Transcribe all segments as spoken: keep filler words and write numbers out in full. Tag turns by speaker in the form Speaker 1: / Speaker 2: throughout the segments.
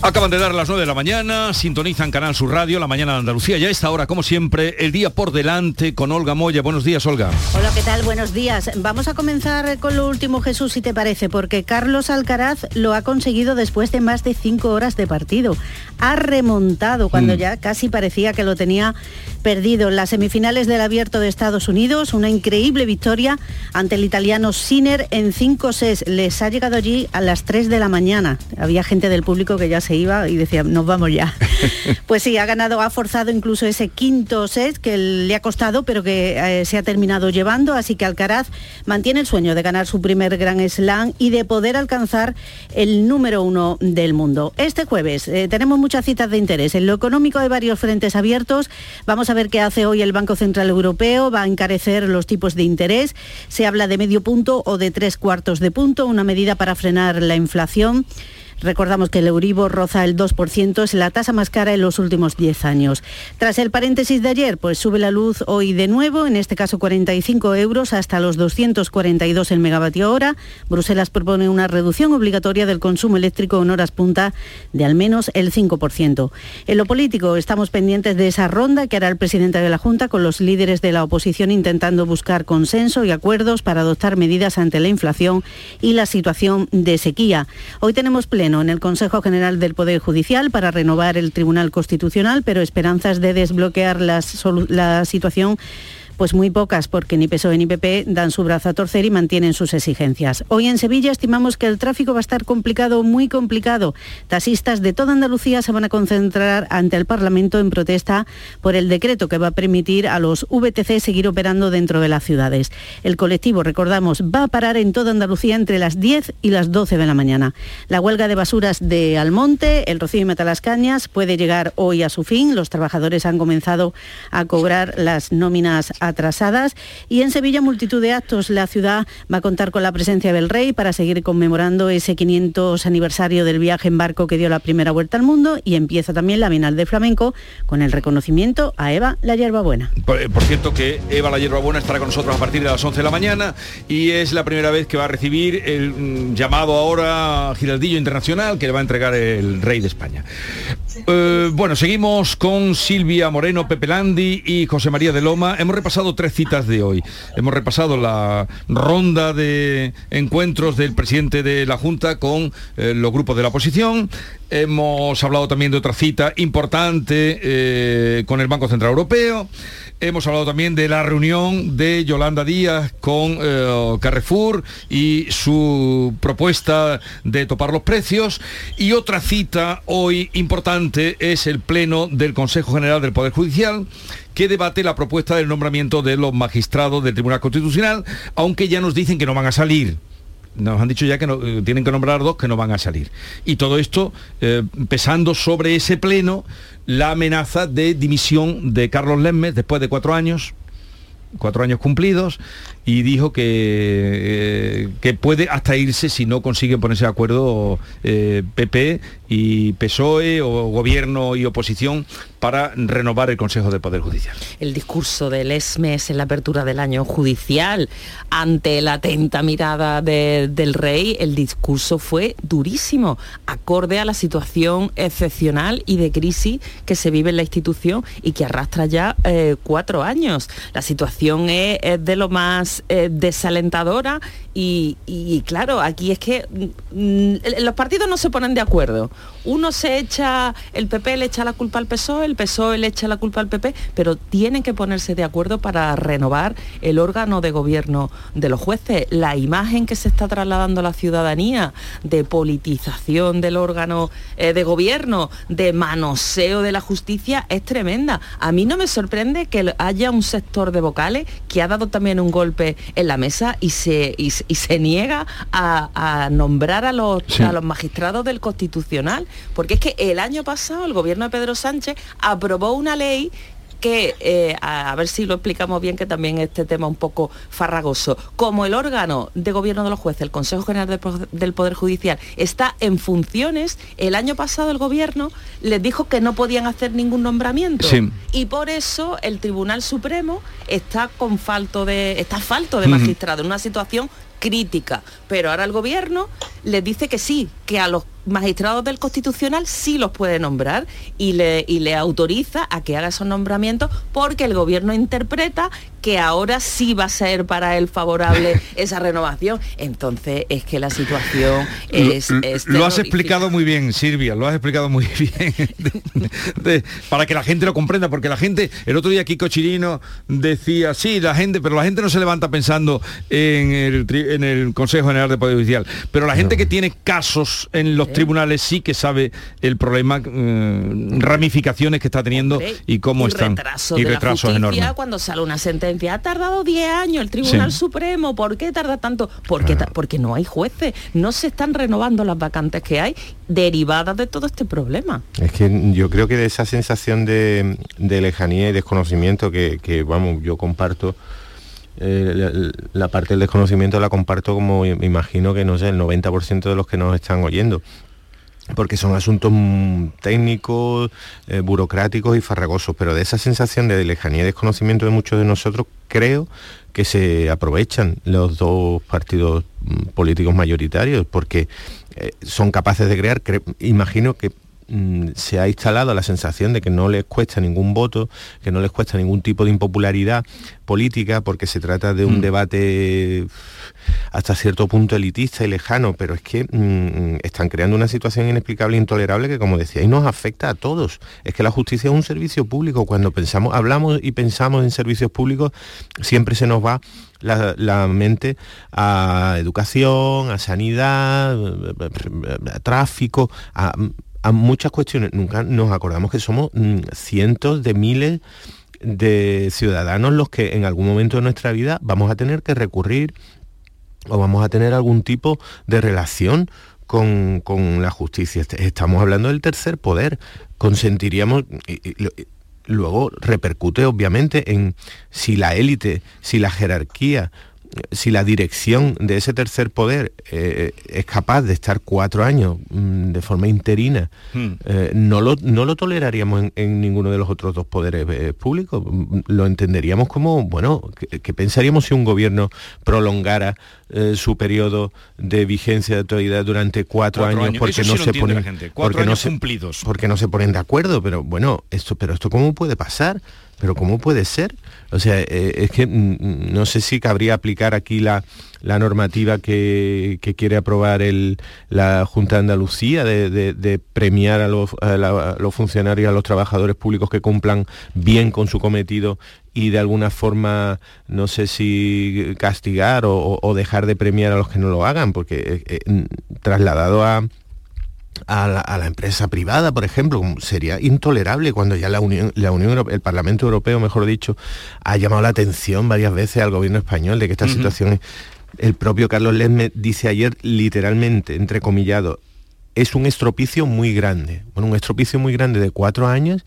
Speaker 1: Acaban de dar las nueve de la mañana, sintonizan Canal Sur Radio, la mañana de Andalucía. Ya a esta hora, como siempre, el día por delante con Olga Moya. Buenos días, Olga.
Speaker 2: Hola, ¿qué tal? Buenos días. Vamos a comenzar con lo último, Jesús, si te parece, porque Carlos Alcaraz lo ha conseguido después de más de cinco horas de partido. Ha remontado cuando mm. ya casi parecía que lo tenía perdido. En las semifinales del Abierto de Estados Unidos, una increíble victoria ante el italiano Sinner en cinco sets. Les ha llegado allí a las tres de la mañana. Había gente del público que ya se iba y decía, nos vamos ya. Pues sí, ha ganado, ha forzado incluso ese quinto set que le ha costado, pero que eh, se ha terminado llevando, así que Alcaraz mantiene el sueño de ganar su primer Grand Slam y de poder alcanzar el número uno del mundo. Este jueves eh, tenemos muchas citas de interés. En lo económico hay varios frentes abiertos. Vamos a ver qué hace hoy el Banco Central Europeo. Va a encarecer los tipos de interés. Se habla de medio punto o de tres cuartos de punto, una medida para frenar la inflación. Recordamos que el Euribor roza el dos por ciento, es la tasa más cara en los últimos diez años. Tras el paréntesis de ayer, pues sube la luz hoy de nuevo, en este caso cuarenta y cinco euros hasta los doscientos cuarenta y dos el megavatio hora. Bruselas propone una reducción obligatoria del consumo eléctrico en horas punta de al menos el cinco por ciento. En lo político, estamos pendientes de esa ronda que hará el presidente de la Junta con los líderes de la oposición intentando buscar consenso y acuerdos para adoptar medidas ante la inflación y la situación de sequía. Hoy tenemos pleno en el Consejo General del Poder Judicial para renovar el Tribunal Constitucional, pero esperanzas de desbloquear la, la situación pues muy pocas, porque ni P S O E ni P P dan su brazo a torcer y mantienen sus exigencias. Hoy en Sevilla estimamos que el tráfico va a estar complicado, muy complicado. Taxistas de toda Andalucía se van a concentrar ante el Parlamento en protesta por el decreto que va a permitir a los V T C seguir operando dentro de las ciudades. El colectivo, recordamos, va a parar en toda Andalucía entre las diez y las doce de la mañana. La huelga de basuras de Almonte, el Rocío y Matalascañas, puede llegar hoy a su fin. Los trabajadores han comenzado a cobrar las nóminas atrasadas y en Sevilla multitud de actos. La ciudad va a contar con la presencia del Rey para seguir conmemorando ese quinientos aniversario del viaje en barco que dio la primera vuelta al mundo, y empieza también la Bienal de Flamenco con el reconocimiento a Eva la Hierbabuena.
Speaker 1: Por, por cierto que Eva la Hierbabuena estará con nosotros a partir de las once de la mañana y es la primera vez que va a recibir el mm, llamado ahora Giraldillo Internacional que le va a entregar el Rey de España. Eh, bueno, seguimos con Silvia Moreno, Pepe Landi y José María de Loma. Hemos repasado tres citas de hoy. Hemos repasado la ronda de encuentros del presidente de la Junta con eh, los grupos de la oposición. Hemos hablado también de otra cita importante eh, con el Banco Central Europeo. Hemos hablado también de la reunión de Yolanda Díaz con eh, Carrefour y su propuesta de topar los precios. Y otra cita hoy importante es el pleno del Consejo General del Poder Judicial, que debate la propuesta del nombramiento de los magistrados del Tribunal Constitucional, aunque ya nos dicen que no van a salir. Nos han dicho ya que no, eh, tienen que nombrar dos que no van a salir. Y todo esto eh, pesando sobre ese pleno la amenaza de dimisión de Carlos Lesmes después de cuatro años, cuatro años cumplidos, y dijo que, eh, que puede hasta irse si no consiguen ponerse de acuerdo eh, P P y P S O E o gobierno y oposición para renovar el Consejo de Poder Judicial.
Speaker 3: El discurso de Lesmes en la apertura del año judicial, ante la atenta mirada de, del Rey, el discurso fue durísimo, acorde a la situación excepcional y de crisis que se vive en la institución y que arrastra ya eh, cuatro años. La situación es, es de lo más eh, desalentadora y, y claro, aquí es que mm, los partidos no se ponen de acuerdo. Uno se echa, el P P le echa la culpa al P S O E, el P S O E le echa la culpa al P P, pero tienen que ponerse de acuerdo para renovar el órgano de gobierno de los jueces. La imagen que se está trasladando a la ciudadanía de politización del órgano eh, de gobierno, de manoseo de la justicia, es tremenda. A mí no me sorprende que haya un sector de vocales que ha dado también un golpe en la mesa y se, y, y se niega a, a nombrar a los, sí. a los magistrados del Constitucional, porque es que el año pasado el gobierno de Pedro Sánchez aprobó una ley que, eh, a, a ver si lo explicamos bien, que también este tema un poco farragoso. Como el órgano de gobierno de los jueces, el Consejo General de, del Poder Judicial, está en funciones, el año pasado el gobierno les dijo que no podían hacer ningún nombramiento. Sí. Y por eso el Tribunal Supremo está con falto de, está falto de magistrados, en una situación crítica, pero ahora el gobierno les dice que sí, que a los magistrados del Constitucional sí los puede nombrar y le, y le autoriza a que haga esos nombramientos porque el gobierno interpreta que ahora sí va a ser para él favorable esa renovación. Entonces es que la situación es...
Speaker 1: Lo,
Speaker 3: es
Speaker 1: lo has explicado muy bien, Silvia, lo has explicado muy bien, de, de, para que la gente lo comprenda, porque la gente, el otro día Kiko Chirino decía, sí, la gente, pero la gente no se levanta pensando en el, en el Consejo General de Poder Judicial, pero la gente no. que tiene casos en los tribunales sí que sabe el problema, eh, ramificaciones que está teniendo Hombre, y cómo
Speaker 3: y
Speaker 1: están
Speaker 3: retraso
Speaker 1: y
Speaker 3: de
Speaker 1: retrasos
Speaker 3: la
Speaker 1: enormes.
Speaker 3: Cuando sale una sentencia, ha tardado diez años el Tribunal sí. Supremo, ¿por qué tarda tanto? Porque,
Speaker 1: claro.
Speaker 3: porque no hay jueces, no se están renovando las vacantes que hay derivadas de todo este problema.
Speaker 4: Es que yo creo que de esa sensación de, de lejanía y desconocimiento que, que vamos, yo comparto, Eh, la, la parte del desconocimiento la comparto como me imagino que no sé, el noventa por ciento de los que nos están oyendo, porque son asuntos técnicos, eh, burocráticos y farragosos, pero de esa sensación de lejanía y desconocimiento de muchos de nosotros creo que se aprovechan los dos partidos políticos mayoritarios, porque eh, son capaces de crear, cre- imagino que se ha instalado la sensación de que no les cuesta ningún voto, que no les cuesta ningún tipo de impopularidad política, porque se trata de un mm. debate hasta cierto punto elitista y lejano, pero es que mmm, están creando una situación inexplicable e intolerable que, como decía, y nos afecta a todos. Es que la justicia es un servicio público. Cuando pensamos, hablamos y pensamos en servicios públicos, siempre se nos va La, la mente a educación, a sanidad, a tráfico, a, a muchas cuestiones. Nunca nos acordamos que somos mm, cientos de miles de ciudadanos los que en algún momento de nuestra vida vamos a tener que recurrir o vamos a tener algún tipo de relación con, con la justicia. Estamos hablando del tercer poder. Consentiríamos... Y, y, luego repercute obviamente en si la élite, si la jerarquía, si la dirección de ese tercer poder eh, es capaz de estar cuatro años mmm, de forma interina, hmm. eh, no, lo, no lo toleraríamos en, en ninguno de los otros dos poderes eh, públicos. Lo entenderíamos como, bueno, ¿qué, qué pensaríamos si un gobierno prolongara eh, su periodo de vigencia de autoridad durante cuatro, cuatro años, años porque no, no se ponen porque no se, cumplidos porque no se ponen de acuerdo? Pero bueno, esto, pero esto ¿cómo puede pasar? ¿Pero cómo puede ser? O sea, eh, es que mm, no sé si cabría aplicar aquí la, la normativa que, que quiere aprobar el, la Junta de Andalucía de, de, de premiar a los, a, la, a los funcionarios, a los trabajadores públicos que cumplan bien con su cometido y de alguna forma, no sé si castigar o, o dejar de premiar a los que no lo hagan, porque eh, eh, trasladado a... A la, a la empresa privada, por ejemplo, sería intolerable cuando ya la Unión, la Unión Europea, el Parlamento Europeo, mejor dicho, ha llamado la atención varias veces al gobierno español de que esta uh-huh. situación es... El propio Carlos Lesmes dice ayer, literalmente, entrecomillado, es un estropicio muy grande. Bueno, un estropicio muy grande de cuatro años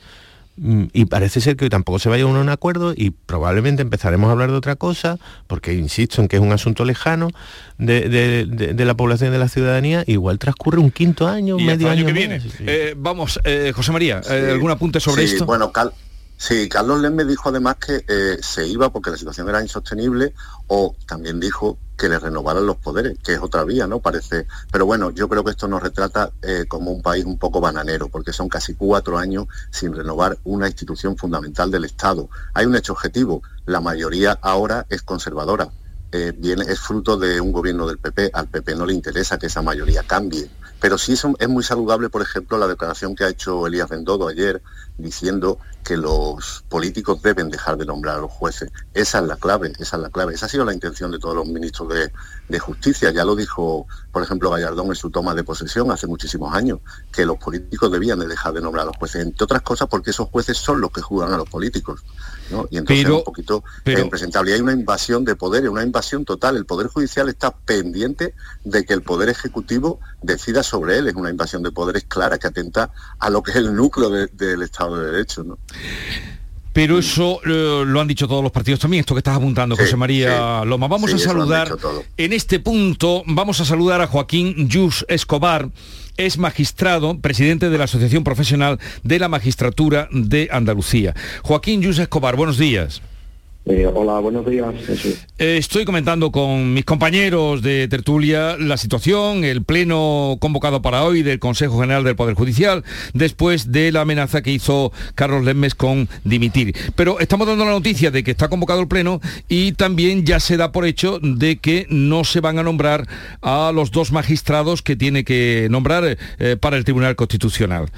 Speaker 4: y parece ser que hoy tampoco se vaya a un acuerdo y probablemente empezaremos a hablar de otra cosa, porque insisto en que es un asunto lejano de, de, de, de la población y de la ciudadanía. Igual transcurre un quinto año,
Speaker 1: y
Speaker 4: medio año,
Speaker 1: año que
Speaker 4: más.
Speaker 1: viene.
Speaker 4: Sí, sí.
Speaker 1: Eh, vamos, eh, José María, eh, sí, ¿algún apunte sobre
Speaker 5: sí,
Speaker 1: esto?
Speaker 5: Bueno, Cal sí, Carlos Lesmes dijo además que eh, se iba porque la situación era insostenible, o también dijo que le renovaran los poderes, que es otra vía, ¿no? Parece. Pero bueno, yo creo que esto nos retrata eh, como un país un poco bananero, porque son casi cuatro años sin renovar una institución fundamental del Estado. Hay un hecho objetivo, la mayoría ahora es conservadora, eh, viene, es fruto de un gobierno del P P, al P P no le interesa que esa mayoría cambie. Pero sí es, es muy saludable, por ejemplo, la declaración que ha hecho Elías Bendodo ayer, diciendo que los políticos deben dejar de nombrar a los jueces. Esa es la clave, esa es la clave. Esa ha sido la intención de todos los ministros de, de Justicia. Ya lo dijo, por ejemplo, Gallardón en su toma de posesión hace muchísimos años, que los políticos debían de dejar de nombrar a los jueces, entre otras cosas porque esos jueces son los que juzgan a los políticos, ¿no? Y entonces pero, es un poquito pero, impresentable. Y hay una invasión de poderes, una invasión total. El Poder Judicial está pendiente de que el Poder Ejecutivo decida sobre él. Es una invasión de poderes clara que atenta a lo que es el núcleo de, del Estado de Derecho, ¿no?
Speaker 1: Pero eso eh, lo han dicho todos los partidos también, esto que estás apuntando, sí, José María sí, Loma. Vamos sí, a saludar, en este punto, vamos a saludar a Joaquín Lluch Escobar, es magistrado, presidente de la Asociación Profesional de la Magistratura de Andalucía. Joaquín Lluch Escobar, buenos días.
Speaker 6: Eh, hola, buenos días, Jesús.
Speaker 1: Eh, estoy comentando con mis compañeros de tertulia la situación, el pleno convocado para hoy del Consejo General del Poder Judicial, después de la amenaza que hizo Carlos Lesmes con dimitir. Pero estamos dando la noticia de que está convocado el pleno y también ya se da por hecho de que no se van a nombrar a los dos magistrados que tiene que nombrar eh, para el Tribunal Constitucional.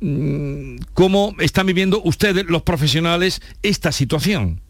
Speaker 1: ¿Cómo están viviendo ustedes, los profesionales, esta situación?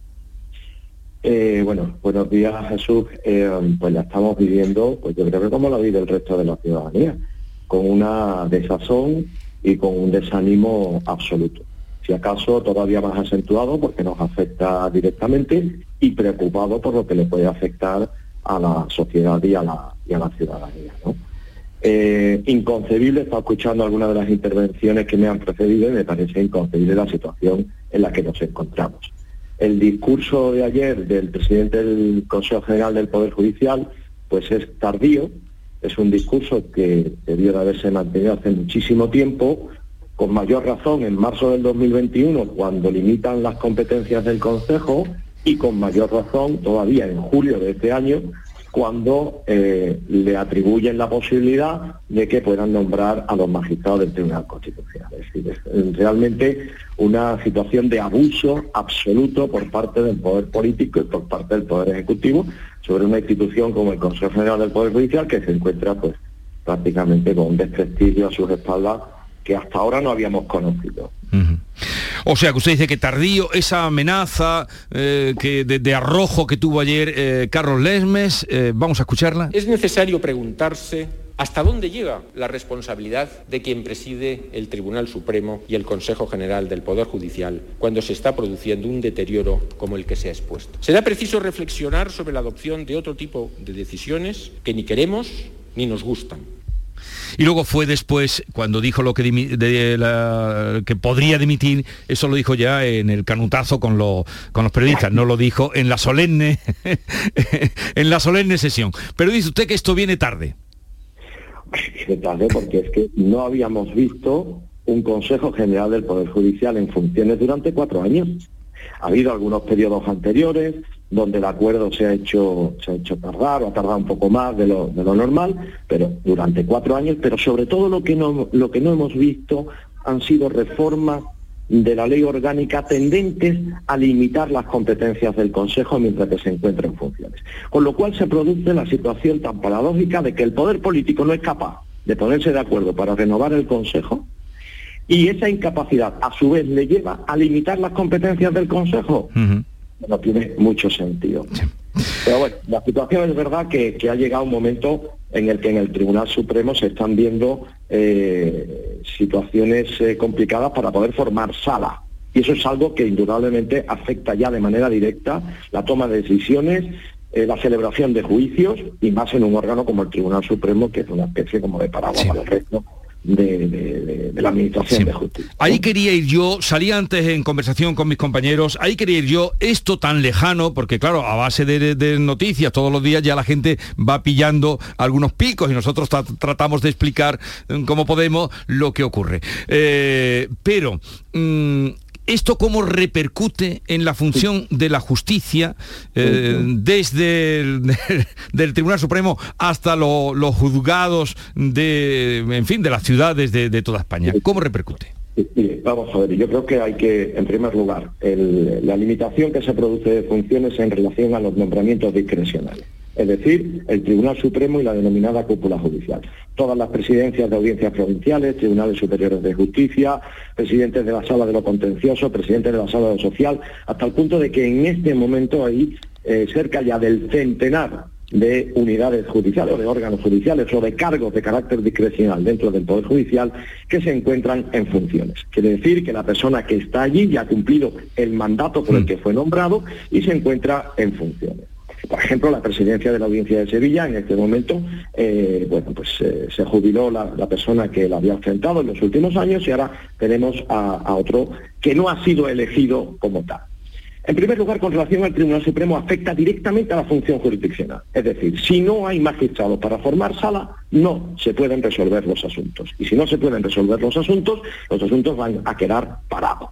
Speaker 6: Eh, bueno, buenos días, Jesús. Eh, pues la estamos viviendo, pues yo creo que como la vive el resto de la ciudadanía, con una desazón y con un desánimo absoluto. Si acaso todavía más acentuado porque nos afecta directamente y preocupado por lo que le puede afectar a la sociedad y a la, y a la ciudadanía, ¿no? Eh, inconcebible, he estado escuchando algunas de las intervenciones que me han precedido y me parece inconcebible la situación en la que nos encontramos. El discurso de ayer del presidente del Consejo General del Poder Judicial pues es tardío, es un discurso que debió de haberse mantenido hace muchísimo tiempo, con mayor razón en marzo del dos mil veintiuno, cuando limitan las competencias del Consejo, y con mayor razón todavía en julio de este año, cuando eh, le atribuyen la posibilidad de que puedan nombrar a los magistrados del Tribunal Constitucional. Es decir, es realmente una situación de abuso absoluto por parte del poder político y por parte del poder ejecutivo sobre una institución como el Consejo General del Poder Judicial, que se encuentra pues prácticamente con un desprestigio a sus espaldas que hasta ahora no habíamos conocido.
Speaker 1: Uh-huh. O sea, que usted dice que tardío, esa amenaza eh, que de, de arrojo que tuvo ayer eh, Carlos Lesmes, eh, vamos a escucharla.
Speaker 7: Es necesario preguntarse hasta dónde llega la responsabilidad de quien preside el Tribunal Supremo y el Consejo General del Poder Judicial cuando se está produciendo un deterioro como el que se ha expuesto. Será preciso reflexionar sobre la adopción de otro tipo de decisiones que ni queremos ni nos gustan.
Speaker 1: Y luego fue después, cuando dijo lo que, dimi- de la, que podría dimitir, eso lo dijo ya en el canutazo con, lo, con los periodistas, no lo dijo en la solemne en la solemne sesión. Pero dice usted que esto viene tarde.
Speaker 6: Viene tarde porque es que no habíamos visto un Consejo General del Poder Judicial en funciones durante cuatro años. Ha habido algunos periodos anteriores donde el acuerdo se ha hecho se ha hecho tardar o ha tardado un poco más de lo, de lo normal, pero durante cuatro años, pero sobre todo lo que no lo que no hemos visto han sido reformas de la ley orgánica tendentes a limitar las competencias del Consejo mientras que se encuentra en funciones. Con lo cual se produce la situación tan paradójica de que el poder político no es capaz de ponerse de acuerdo para renovar el Consejo, y esa incapacidad a su vez le lleva a limitar las competencias del Consejo. Uh-huh. No tiene mucho sentido. Sí. Pero bueno, la situación es verdad que, que ha llegado un momento en el que en el Tribunal Supremo se están viendo eh, situaciones eh, complicadas para poder formar sala. Y eso es algo que indudablemente afecta ya de manera directa la toma de decisiones, eh, la celebración de juicios, y más en un órgano como el Tribunal Supremo, que es una especie como de paraguas, sí, para el resto De, de, de, de la Administración, sí, de Justicia.
Speaker 1: Ahí quería ir yo, salí antes en conversación con mis compañeros, ahí quería ir yo, esto tan lejano, porque claro, a base de, de noticias todos los días ya la gente va pillando algunos picos y nosotros tra- tratamos de explicar cómo podemos lo que ocurre. Eh, pero... Mmm, ¿esto cómo repercute en la función de la justicia eh, desde el del Tribunal Supremo hasta lo, los juzgados de, en fin, de las ciudades de, de toda España? ¿Cómo repercute?
Speaker 6: Sí, sí, vamos a ver, yo creo que hay que, en primer lugar, el, la limitación que se produce de funciones en relación a los nombramientos discrecionales. Es decir, el Tribunal Supremo y la denominada cúpula judicial. Todas las presidencias de audiencias provinciales, tribunales superiores de justicia, presidentes de la sala de lo contencioso, presidentes de la sala de lo social, hasta el punto de que en este momento hay eh, cerca ya del centenar de unidades judiciales o de órganos judiciales o de cargos de carácter discrecional dentro del Poder Judicial que se encuentran en funciones. Quiere decir que la persona que está allí ya ha cumplido el mandato por el que fue nombrado y se encuentra en funciones. Por ejemplo, la presidencia de la Audiencia de Sevilla, en este momento, eh, bueno, pues eh, se jubiló la, la persona que la había enfrentado en los últimos años y ahora tenemos a, a otro que no ha sido elegido como tal. En primer lugar, con relación al Tribunal Supremo, afecta directamente a la función jurisdiccional. Es decir, si no hay magistrados para formar sala, no se pueden resolver los asuntos. Y si no se pueden resolver los asuntos, los asuntos van a quedar parados.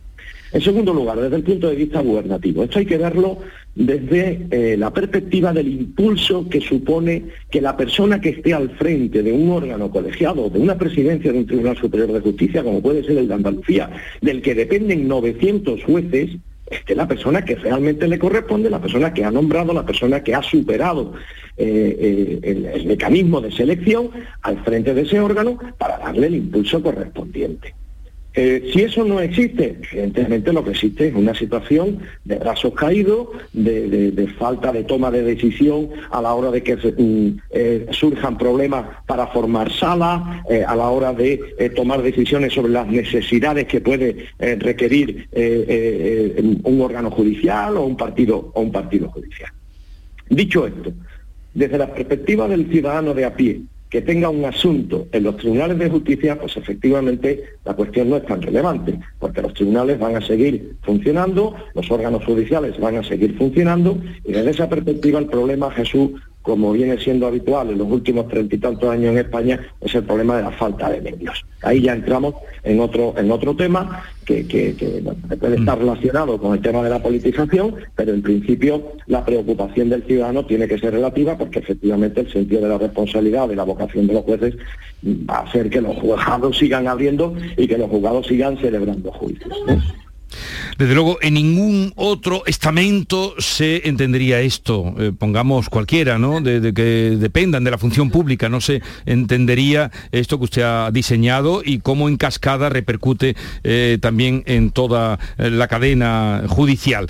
Speaker 6: En segundo lugar, desde el punto de vista gubernativo, esto hay que verlo desde eh, la perspectiva del impulso que supone que la persona que esté al frente de un órgano colegiado, de una presidencia de un Tribunal Superior de Justicia, como puede ser el de Andalucía, del que dependen novecientos jueces, esté la persona que realmente le corresponde, la persona que ha nombrado, la persona que ha superado eh, eh, el, el mecanismo de selección al frente de ese órgano para darle el impulso correspondiente. Eh, si eso no existe, evidentemente lo que existe es una situación de brazos caídos, de, de, de falta de toma de decisión a la hora de que mm, eh, surjan problemas para formar salas, eh, a la hora de eh, tomar decisiones sobre las necesidades que puede eh, requerir eh, eh, un órgano judicial o un partido o un partido judicial. Dicho esto, desde la perspectiva del ciudadano de a pie, que tenga un asunto en los tribunales de justicia, pues efectivamente la cuestión no es tan relevante, porque los tribunales van a seguir funcionando, los órganos judiciales van a seguir funcionando, y desde esa perspectiva el problema, Jesús, como viene siendo habitual en los últimos treinta y tantos años en España, es el problema de la falta de medios. Ahí ya entramos en otro en otro tema que, que, que bueno, puede estar relacionado con el tema de la politización, pero en principio la preocupación del ciudadano tiene que ser relativa, porque efectivamente el sentido de la responsabilidad, de la vocación de los jueces, va a hacer que los juzgados sigan abriendo y que los juzgados sigan celebrando juicios, ¿no?
Speaker 1: Desde luego, en ningún otro estamento se entendería esto, eh, pongamos cualquiera, ¿no? De, de que dependan de la función pública, no se entendería esto que usted ha diseñado y cómo en cascada repercute eh, también en toda la cadena judicial.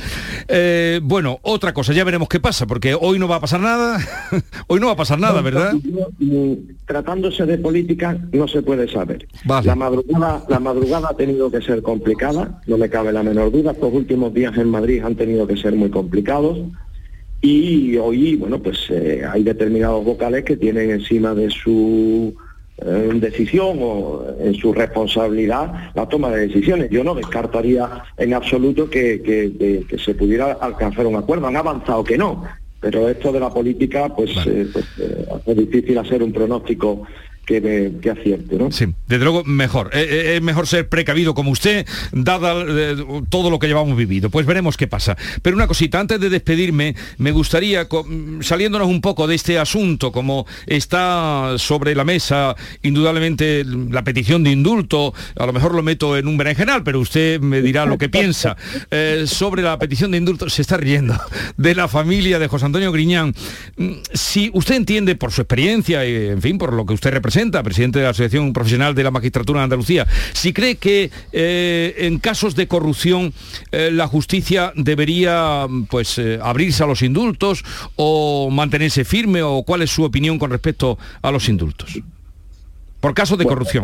Speaker 1: Eh, bueno, otra cosa, ya veremos qué pasa, porque hoy no va a pasar nada, hoy no va a pasar nada, ¿verdad?
Speaker 6: Tratándose de política no se puede saber.
Speaker 1: Vale.
Speaker 6: La madrugada, la madrugada ha tenido que ser complicada, no me cabe la menor duda. Estos últimos días en Madrid han tenido que ser muy complicados y hoy, bueno, pues eh, hay determinados vocales que tienen encima de su eh, decisión o en su responsabilidad la toma de decisiones. Yo no descartaría en absoluto que, que, que, que se pudiera alcanzar un acuerdo. Han avanzado que no, pero esto de la política pues, vale. eh, pues eh, hace difícil hacer un pronóstico que, me, que acierte, ¿no?
Speaker 1: Sí, desde luego mejor. Es, es mejor ser precavido como usted, dada eh, todo lo que llevamos vivido. Pues veremos qué pasa. Pero una cosita, antes de despedirme, me gustaría, saliéndonos un poco de este asunto, como está sobre la mesa, indudablemente la petición de indulto, a lo mejor lo meto en un berenjenal, pero usted me dirá lo que piensa. Eh, sobre la petición de indulto, se está riendo, de la familia de José Antonio Griñán. Si usted entiende, por su experiencia y, en fin, por lo que usted representa, presidente de la Asociación Profesional de la Magistratura de Andalucía, si cree que eh, en casos de corrupción eh, la justicia debería pues eh, abrirse a los indultos o mantenerse firme, o cuál es su opinión con respecto a los indultos por casos de
Speaker 6: bueno,
Speaker 1: corrupción.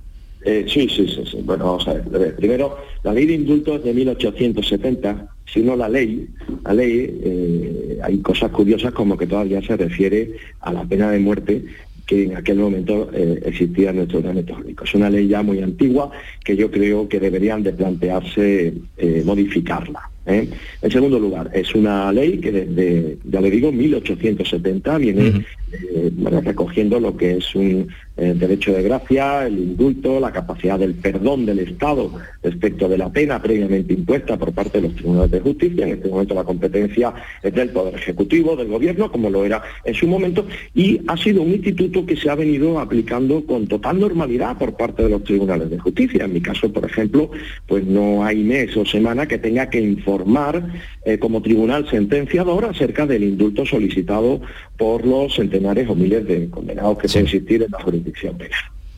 Speaker 6: Eh, sí, sí, sí, sí. Bueno, vamos a ver. Primero, la ley de indultos es de mil ochocientos setenta. Si no la ley, la ley, eh, hay cosas curiosas como que todavía se refiere a la pena de muerte que en aquel momento eh, existía en nuestro ordenamiento jurídico. Es una ley ya muy antigua que yo creo que deberían de plantearse eh, modificarla. ¿eh? En segundo lugar, es una ley que desde, ya le digo, mil ochocientos setenta viene uh-huh. eh, bueno, recogiendo lo que es un eh, derecho de gracia, el indulto, la capacidad del perdón del Estado respecto de la pena previamente impuesta por parte de los tribunales de justicia. En este momento la competencia es del Poder Ejecutivo, del Gobierno, como lo era en su momento, y ha sido un instituto que se ha venido aplicando con total normalidad por parte de los tribunales de justicia. En mi caso, por ejemplo, pues no hay mes o semana que tenga que informar eh, como tribunal sentenciador acerca del indulto solicitado por los centenares o miles de condenados que sí. pueden existir en la jurisdicción penal.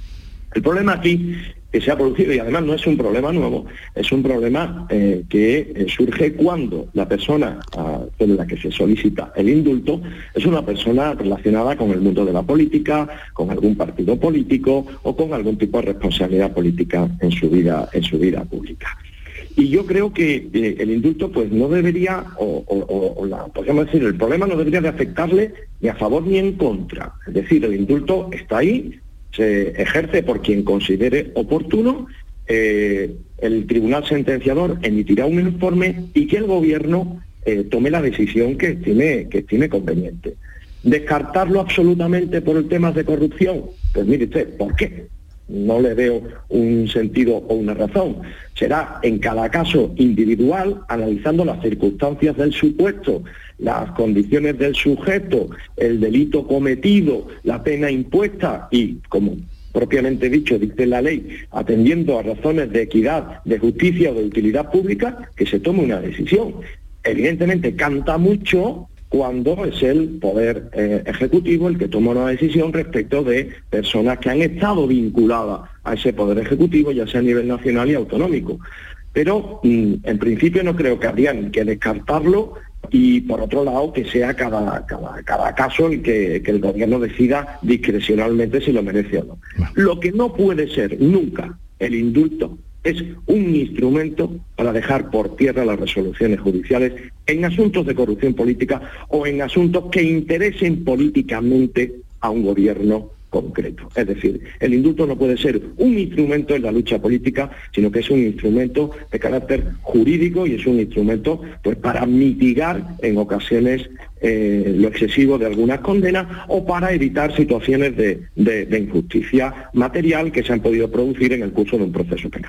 Speaker 6: El problema aquí que se ha producido, y además no es un problema nuevo, es un problema eh, que eh, surge cuando la persona a la que se solicita el indulto es una persona relacionada con el mundo de la política, con algún partido político o con algún tipo de responsabilidad política en su vida, en su vida pública. Y yo creo que eh, el indulto pues no debería, o, o, o la, podríamos decir, el problema no debería de afectarle ni a favor ni en contra. Es decir, el indulto está ahí, se ejerce por quien considere oportuno, eh, el tribunal sentenciador emitirá un informe y que el gobierno eh, tome la decisión que estime, que estime conveniente. ¿Descartarlo absolutamente por el tema de corrupción? Pues mire usted, ¿por qué? no le veo un sentido o una razón. Será en cada caso individual, analizando las circunstancias del supuesto, las condiciones del sujeto, el delito cometido, la pena impuesta y, como propiamente dicho, dice la ley, atendiendo a razones de equidad, de justicia o de utilidad pública, que se tome una decisión. Evidentemente canta mucho cuando es el Poder eh, Ejecutivo el que toma una decisión respecto de personas que han estado vinculadas a ese Poder Ejecutivo, ya sea a nivel nacional y autonómico. Pero mm, en principio no creo que habría ni que descartarlo y, por otro lado, que sea cada, cada, cada caso el que, que el gobierno decida discrecionalmente si lo merece o no. no. Lo que no puede ser nunca el indulto es un instrumento para dejar por tierra las resoluciones judiciales en asuntos de corrupción política o en asuntos que interesen políticamente a un gobierno concreto. Es decir, el indulto no puede ser un instrumento en la lucha política, sino que es un instrumento de carácter jurídico y es un instrumento pues para mitigar en ocasiones eh, lo excesivo de algunas condenas o para evitar situaciones de, de, de injusticia material que se han podido producir en el curso de un proceso penal.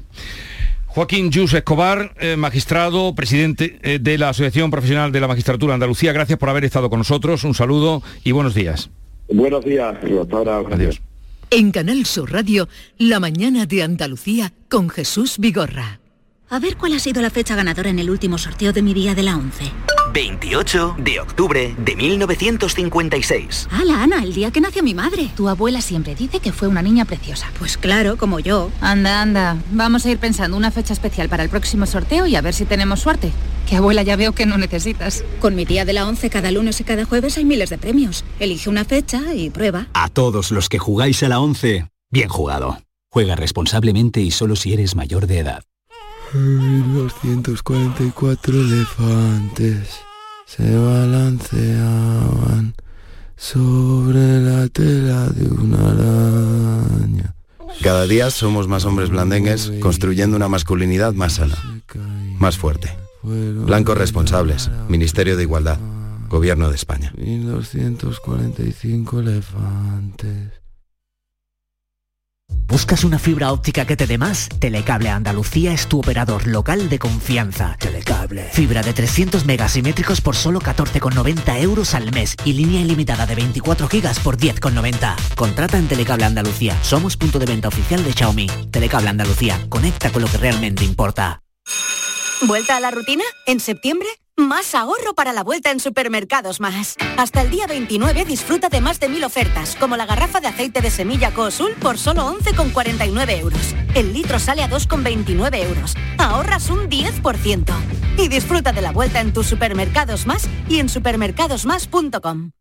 Speaker 1: Joaquín Llus Escobar, eh, magistrado, presidente eh, de la Asociación Profesional de la Magistratura de Andalucía, gracias por haber estado con nosotros, un saludo y buenos días.
Speaker 6: Buenos días, hasta ahora.
Speaker 1: Adiós.
Speaker 8: En Canal Sur Radio, La Mañana de Andalucía con Jesús Vigorra.
Speaker 9: A ver cuál ha sido la fecha ganadora en el último sorteo de mi día de la once.
Speaker 10: veintiocho de octubre de mil novecientos cincuenta y seis.
Speaker 9: ¡Hala, Ana! El día que nació mi madre.
Speaker 11: Tu abuela siempre dice que fue una niña preciosa.
Speaker 9: Pues claro, como yo.
Speaker 11: Anda, anda. Vamos a ir pensando una fecha especial para el próximo sorteo y a ver si tenemos suerte. Que abuela ya veo que no necesitas.
Speaker 9: Con mi día de la once cada lunes y cada jueves hay miles de premios. Elige una fecha y prueba.
Speaker 12: A todos los que jugáis a la once, bien jugado. Juega responsablemente y solo si eres mayor de edad.
Speaker 13: mil doscientos cuarenta y cuatro elefantes se balanceaban sobre la tela de una araña.
Speaker 14: Cada día somos más hombres blandengues construyendo una masculinidad más sana, más fuerte. Blancos responsables, Ministerio de Igualdad, Gobierno de España.
Speaker 13: mil doscientos cuarenta y cinco elefantes.
Speaker 15: ¿Buscas una fibra óptica que te dé más? Telecable Andalucía es tu operador local de confianza. Telecable. Fibra de trescientos megasimétricos por solo catorce con noventa euros al mes y línea ilimitada de veinticuatro gigas por diez con noventa. Contrata en Telecable Andalucía. Somos punto de venta oficial de Xiaomi. Telecable Andalucía. Conecta con lo que realmente importa.
Speaker 16: ¿Vuelta a la rutina? ¿En septiembre? Más ahorro para la vuelta en Supermercados Más. Hasta el día veintinueve disfruta de más de mil ofertas, como la garrafa de aceite de semilla Coosul por solo once con cuarenta y nueve euros. El litro sale a dos con veintinueve euros. Ahorras un diez por ciento. Y disfruta de la vuelta en tus Supermercados Más y en supermercados más punto com.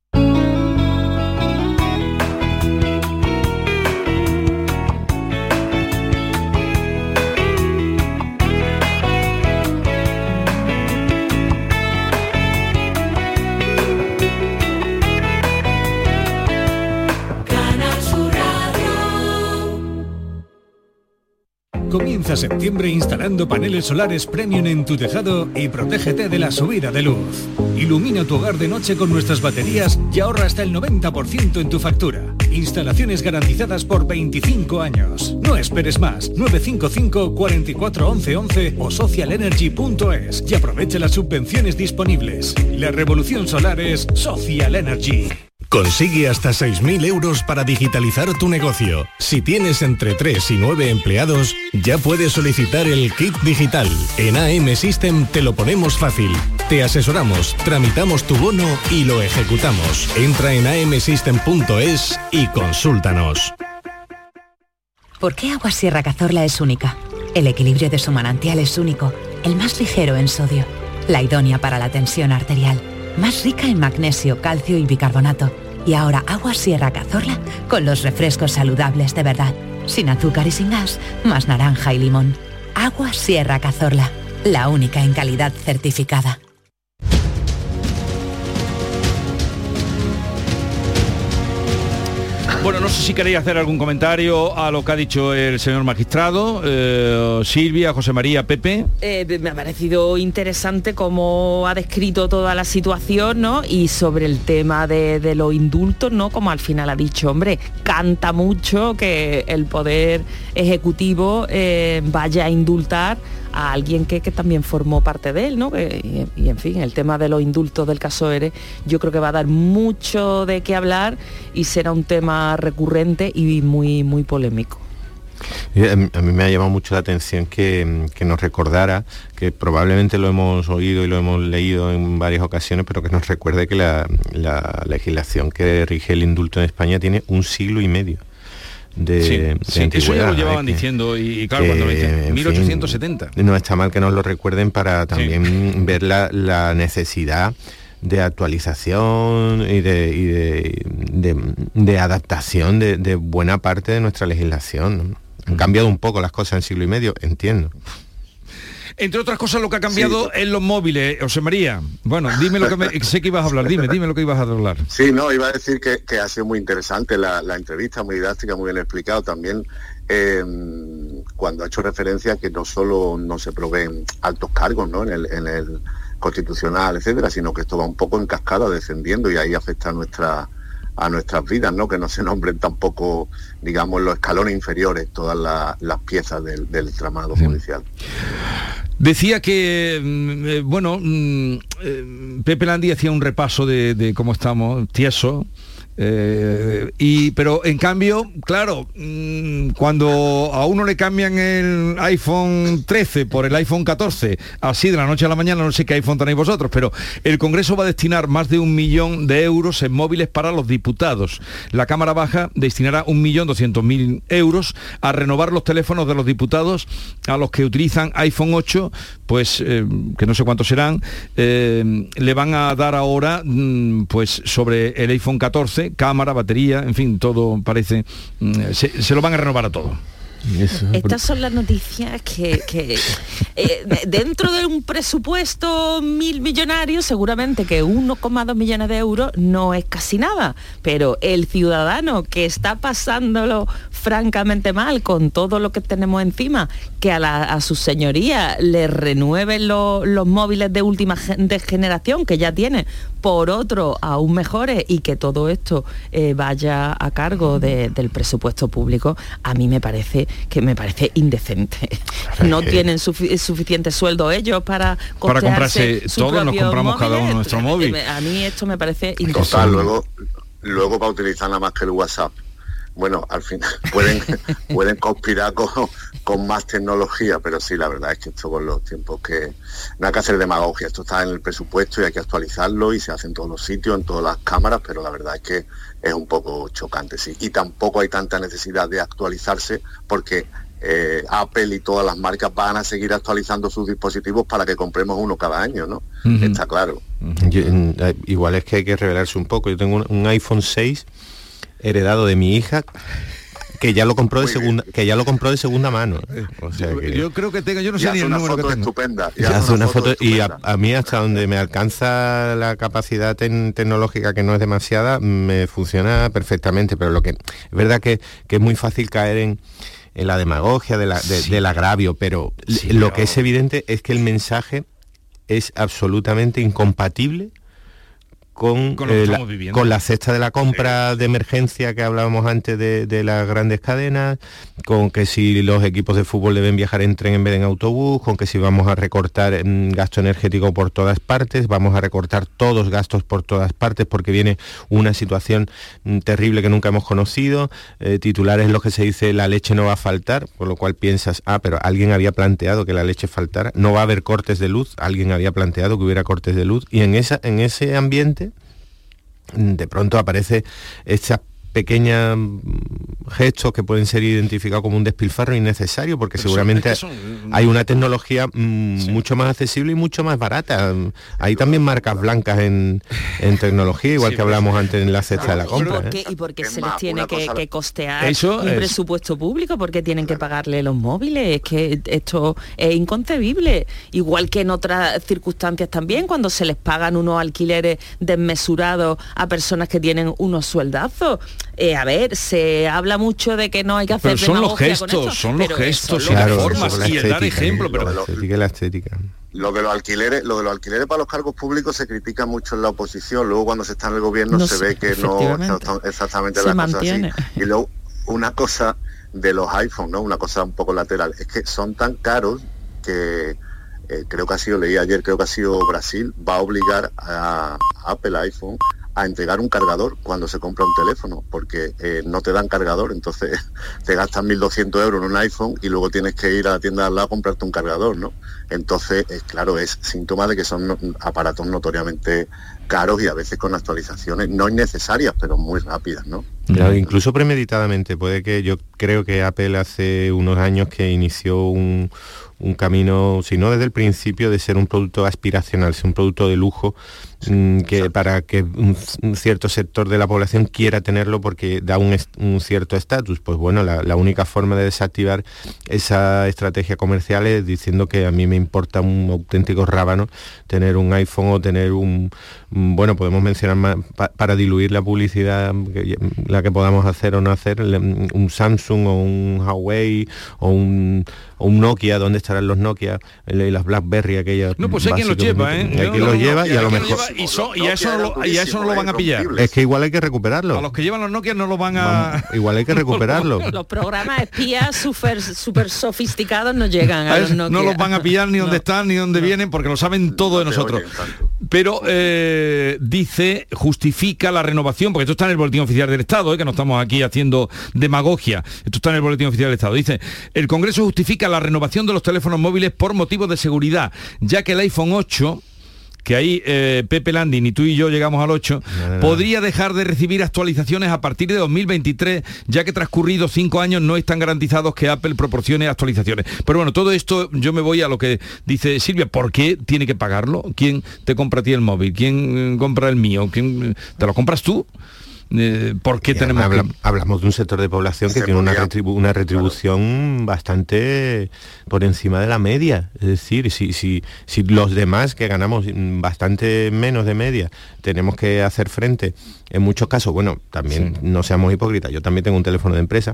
Speaker 17: Comienza septiembre instalando paneles solares premium en tu tejado y protégete de la subida de luz. Ilumina tu hogar de noche con nuestras baterías y ahorra hasta el noventa por ciento en tu factura. Instalaciones garantizadas por veinticinco años. No esperes más. nueve cinco cinco, cuatro cuatro, once once o social energy punto es y aprovecha las subvenciones disponibles. La revolución solar es Social Energy.
Speaker 18: Consigue hasta seis mil euros para digitalizar tu negocio. Si tienes entre tres y nueve empleados, ya puedes solicitar el kit digital. En A M System te lo ponemos fácil. Te asesoramos, tramitamos tu bono y lo ejecutamos. Entra en a m system punto es y consúltanos.
Speaker 19: ¿Por qué Agua Sierra Cazorla es única? El equilibrio de su manantial es único, el más ligero en sodio, la idónea para la tensión arterial, más rica en magnesio, calcio y bicarbonato. Y ahora Agua Sierra Cazorla con los refrescos saludables de verdad, sin azúcar y sin gas, más naranja y limón. Agua Sierra Cazorla, la única en calidad certificada.
Speaker 1: Bueno, no sé si queréis hacer algún comentario a lo que ha dicho el señor magistrado, eh, Silvia, José María, Pepe.
Speaker 3: Eh, me ha parecido interesante cómo ha descrito toda la situación, ¿no? Y sobre el tema de, de los indultos, ¿no? Como al final ha dicho, hombre, canta mucho que el Poder Ejecutivo eh, vaya a indultar a alguien que, que también formó parte de él, ¿no? Que, y, y en fin, el tema de los indultos del caso ERE yo creo que va a dar mucho de qué hablar y será un tema recurrente y muy, muy polémico.
Speaker 4: A mí me ha llamado mucho la atención que, que nos recordara, que probablemente lo hemos oído y lo hemos leído en varias ocasiones, pero que nos recuerde que la, la legislación que rige el indulto en España tiene un siglo y medio. De,
Speaker 1: sí,
Speaker 4: de
Speaker 1: sí, eso ya lo llevaban que, diciendo y, y claro, que, cuando lo dicen mil ochocientos setenta.
Speaker 4: Fin, no está mal que nos lo recuerden para también sí. ver la, la necesidad de actualización y de, y de, de, de adaptación de, de buena parte de nuestra legislación, ¿no? Han cambiado un poco las cosas en siglo y medio, entiendo.
Speaker 1: Entre otras cosas, lo que ha cambiado sí. en los móviles, José María. Bueno, dime lo que me, sé que ibas a hablar, dime, dime lo que ibas a hablar.
Speaker 5: Sí, no, iba a decir que, que ha sido muy interesante la, la entrevista, muy didáctica, muy bien explicado también, eh, cuando ha hecho referencia a que no solo no se proveen altos cargos, ¿no? en el, en el constitucional, etcétera, sino que esto va un poco en cascada, descendiendo, y ahí afecta a nuestra a nuestras vidas, ¿no? Que no se nombren tampoco, digamos, los escalones inferiores, todas la, las piezas del, del tramado sí. judicial.
Speaker 1: Decía que, eh, bueno, eh, Pepe Landi hacía un repaso de, de cómo estamos, tieso, eh, y, pero en cambio, claro, mmm, cuando a uno le cambian el iPhone trece por el iPhone catorce, así de la noche a la mañana, no sé qué iPhone tenéis vosotros, pero el Congreso va a destinar más de un millón de euros en móviles para los diputados. La Cámara Baja destinará un millón doscientos mil euros a renovar los teléfonos de los diputados a los que utilizan iPhone ocho, pues eh, que no sé cuántos serán, eh, le van a dar ahora mmm, pues sobre el iPhone catorce, cámara, batería, en fin, todo parece, mmm, se, se lo van a renovar a todo.
Speaker 3: Eso. Estas son las noticias que, que eh, dentro de un presupuesto mil millonario, seguramente que uno coma dos millones de euros no es casi nada, pero el ciudadano que está pasándolo francamente mal con todo lo que tenemos encima, que a, la, a sus señorías le renueven lo, los móviles de última de generación que ya tiene por otro aún mejores y que todo esto eh, vaya a cargo de, del presupuesto público, a mí me parece que me parece indecente. No tienen sufi- suficiente sueldo ellos para
Speaker 1: para comprarse todos, nos compramos móviles. Cada uno nuestro móvil.
Speaker 3: A mí esto me parece indecente.
Speaker 5: Total, luego, luego para utilizar nada más que el WhatsApp. Bueno, al final pueden, pueden conspirar con, con más tecnología, pero sí, la verdad es que esto con los tiempos que no hay que hacer demagogia, esto está en el presupuesto y hay que actualizarlo y se hace en todos los sitios, en todas las cámaras, pero la verdad es que es un poco chocante, sí. Y tampoco hay tanta necesidad de actualizarse porque eh, Apple y todas las marcas van a seguir actualizando sus dispositivos para que compremos uno cada año, ¿no? Uh-huh. Está claro.
Speaker 4: Uh-huh. Yo, eh, igual es que hay que revelarse un poco. Yo tengo un, un iPhone seis heredado de mi hija que ya lo compró de Muy segunda bien. que ya lo compró de segunda mano, o sea
Speaker 1: yo,
Speaker 4: que
Speaker 1: yo creo que tengo yo no sé ni el número que tengo.
Speaker 5: Estupenda,
Speaker 4: y hace una, una foto, foto y a, a mí hasta donde me alcanza la capacidad ten, tecnológica, que no es demasiada, me funciona perfectamente, pero lo que es verdad que, que es muy fácil caer en en la demagogia de la, de, sí. del agravio, pero sí, lo pero... que es evidente es que el mensaje es absolutamente incompatible Con, con, eh, la, con la cesta de la compra de emergencia que hablábamos antes de, de las grandes cadenas, con que si los equipos de fútbol deben viajar en tren en vez de en autobús, con que si vamos a recortar mm, gasto energético por todas partes, vamos a recortar todos gastos por todas partes porque viene una situación mm, terrible que nunca hemos conocido, eh, titulares en los que se dice la leche no va a faltar, por lo cual piensas, ah, pero alguien había planteado que la leche faltara, no va a haber cortes de luz, alguien había planteado que hubiera cortes de luz, y en, esa, en ese ambiente de pronto aparece esta pequeña gestos que pueden ser identificados como un despilfarro innecesario, porque pero seguramente son, es son... hay una tecnología mmm, sí. mucho más accesible y mucho más barata. Hay también marcas blancas en, en tecnología, igual sí, que hablamos sí. antes en la cesta claro, de la compra.
Speaker 3: ¿Y por qué, ¿eh? ¿Y por qué se les tiene que, cosa... que costear
Speaker 1: Eso
Speaker 3: un
Speaker 1: es...
Speaker 3: presupuesto público? ¿Por qué tienen que pagarle los móviles? Es que esto es inconcebible. Igual que en otras circunstancias también, cuando se les pagan unos alquileres desmesurados a personas que tienen unos sueldazos. Eh, a ver, se habla mucho de que no hay que hacer
Speaker 1: pero son los gestos, esto, son los gestos, son las formas y el dar ejemplo, pero
Speaker 4: la estética y la estética.
Speaker 5: Lo de los alquileres, lo de los alquileres para los cargos públicos se critica mucho en la oposición, luego cuando se está en el gobierno no se sé, ve que no exactamente la cosa así. Y luego una cosa de los iPhones, ¿no? Una cosa un poco lateral, es que son tan caros que eh, creo que ha sido, leí ayer, creo que ha sido Brasil, va a obligar a, a Apple iPhone a entregar un cargador cuando se compra un teléfono, porque eh, no te dan cargador, entonces te gastas mil doscientos euros en un iPhone y luego tienes que ir a la tienda de al lado a comprarte un cargador, ¿no? Entonces, es, claro, es síntoma de que son no, aparatos notoriamente caros y a veces con actualizaciones no innecesarias, pero muy rápidas, ¿no?
Speaker 4: Claro, incluso premeditadamente. Puede que yo creo que Apple hace unos años que inició un, un camino, si no desde el principio, de ser un producto aspiracional, ser un producto de lujo, mmm, que para que un, un cierto sector de la población quiera tenerlo porque da un, un cierto estatus. Pues bueno, la, la única forma de desactivar esa estrategia comercial es diciendo que a mí me importa un auténtico rábano tener un iPhone o tener un, un bueno, podemos mencionar más, pa, para diluir la publicidad, que, la que podamos hacer o no hacer, un Samsung o un Huawei o un, o un Nokia. ¿Dónde estarán los Nokia y las BlackBerry aquellas?
Speaker 1: No, pues hay quien los lleva, ¿eh?
Speaker 4: Hay quien los lleva y a lo mejor...
Speaker 1: Y, so, y, a eso no lo, y a eso no lo van a pillar.
Speaker 4: Es que igual hay que recuperarlo.
Speaker 1: A los que llevan los Nokia no lo van a...
Speaker 4: Vamos, igual hay que recuperarlo.
Speaker 3: Los programas espías súper super sofisticados no llegan a, a los Nokia.
Speaker 1: No los van a pillar ni dónde no. están ni dónde no. vienen porque lo saben todo no de nosotros. Pero eh, dice, justifica la renovación, porque esto está en el Boletín Oficial del Estado, ¿eh? Que no estamos aquí haciendo demagogia. Esto está en el Boletín Oficial del Estado. Dice, el Congreso justifica la renovación de los teléfonos móviles por motivos de seguridad, ya que el iPhone ocho, que ahí eh, Pepe Landi, ni tú y yo llegamos al ocho, no, no. podría dejar de recibir actualizaciones a partir de dos mil veintitrés, ya que transcurridos cinco años no están garantizados que Apple proporcione actualizaciones. Pero bueno, todo esto yo me voy a lo que dice Silvia. ¿Por qué tiene que pagarlo? ¿Quién te compra a ti el móvil? ¿Quién compra el mío? ¿Quién, ¿te lo compras tú? Eh, ¿Por qué tenemos
Speaker 4: habla,
Speaker 1: que...
Speaker 4: Hablamos de un sector de población que tiene una, retribu una retribución claro. bastante por encima de la media. Es decir, si, si, si los demás que ganamos bastante menos de media tenemos que hacer frente, en muchos casos, bueno, también sí. no seamos hipócritas, yo también tengo un teléfono de empresa,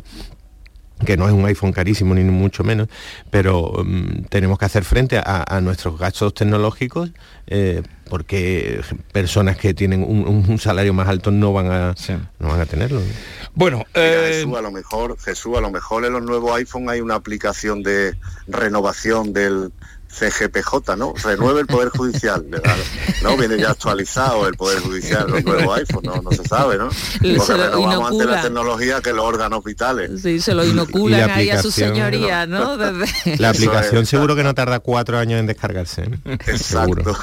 Speaker 4: que no es un iPhone carísimo ni mucho menos, pero um, tenemos que hacer frente a, a nuestros gastos tecnológicos eh, porque personas que tienen un, un salario más alto no van a sí. no van a tenerlo.
Speaker 1: Bueno,
Speaker 5: Mira, eh... Jesús, a lo mejor, Jesús, a lo mejor en los nuevos iPhone hay una aplicación de renovación del C G P J, ¿no? Renueve el Poder Judicial, ¿verdad? No, viene ya actualizado el Poder Judicial, los nuevos iPhone, no, no se sabe, ¿no? Porque se renovamos antes la tecnología que los órganos vitales.
Speaker 3: Sí, se lo inoculan ahí a su señoría, ¿no? Desde...
Speaker 4: La aplicación es, seguro que no tarda cuatro años en descargarse.
Speaker 5: Exacto.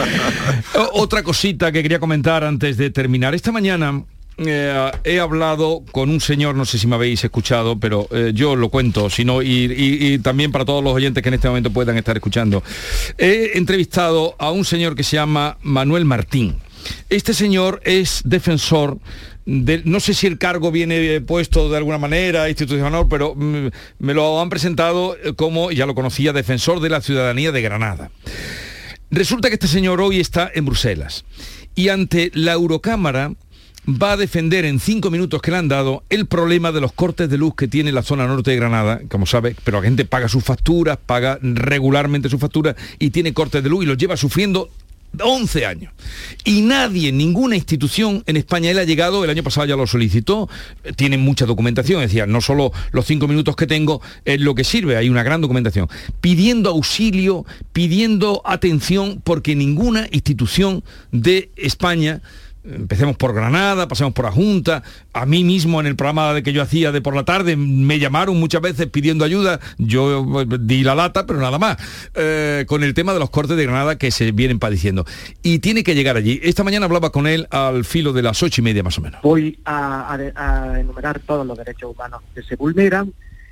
Speaker 1: Otra cosita que quería comentar antes de terminar. Esta mañana... Eh, he hablado con un señor, no sé si me habéis escuchado, pero eh, yo lo cuento, sino y, y, y también para todos los oyentes que en este momento puedan estar escuchando. He entrevistado a un señor que se llama Manuel Martín. Este señor es defensor de, no sé si el cargo viene puesto de alguna manera institucional, pero mm, me lo han presentado como, ya lo conocía, defensor de la ciudadanía de Granada. Resulta que este señor hoy está en Bruselas y ante la Eurocámara va a defender en cinco minutos que le han dado el problema de los cortes de luz que tiene la zona norte de Granada, como sabe, pero la gente paga sus facturas, paga regularmente sus facturas y tiene cortes de luz y los lleva sufriendo once años. Y nadie, ninguna institución en España, él ha llegado, el año pasado ya lo solicitó, tiene mucha documentación, es decir, no solo los cinco minutos que tengo es lo que sirve, hay una gran documentación, pidiendo auxilio, pidiendo atención, porque ninguna institución de España empecemos por Granada, pasemos por la Junta. A mí mismo en el programa de que yo hacía de por la tarde me llamaron muchas veces pidiendo ayuda, yo di la lata, pero nada más, eh, con el tema de los cortes de Granada que se vienen padeciendo. Y tiene que llegar allí. Esta mañana hablaba con él al filo de las ocho y media más o menos.
Speaker 20: Voy a, a, a enumerar todos los derechos humanos que se vulneran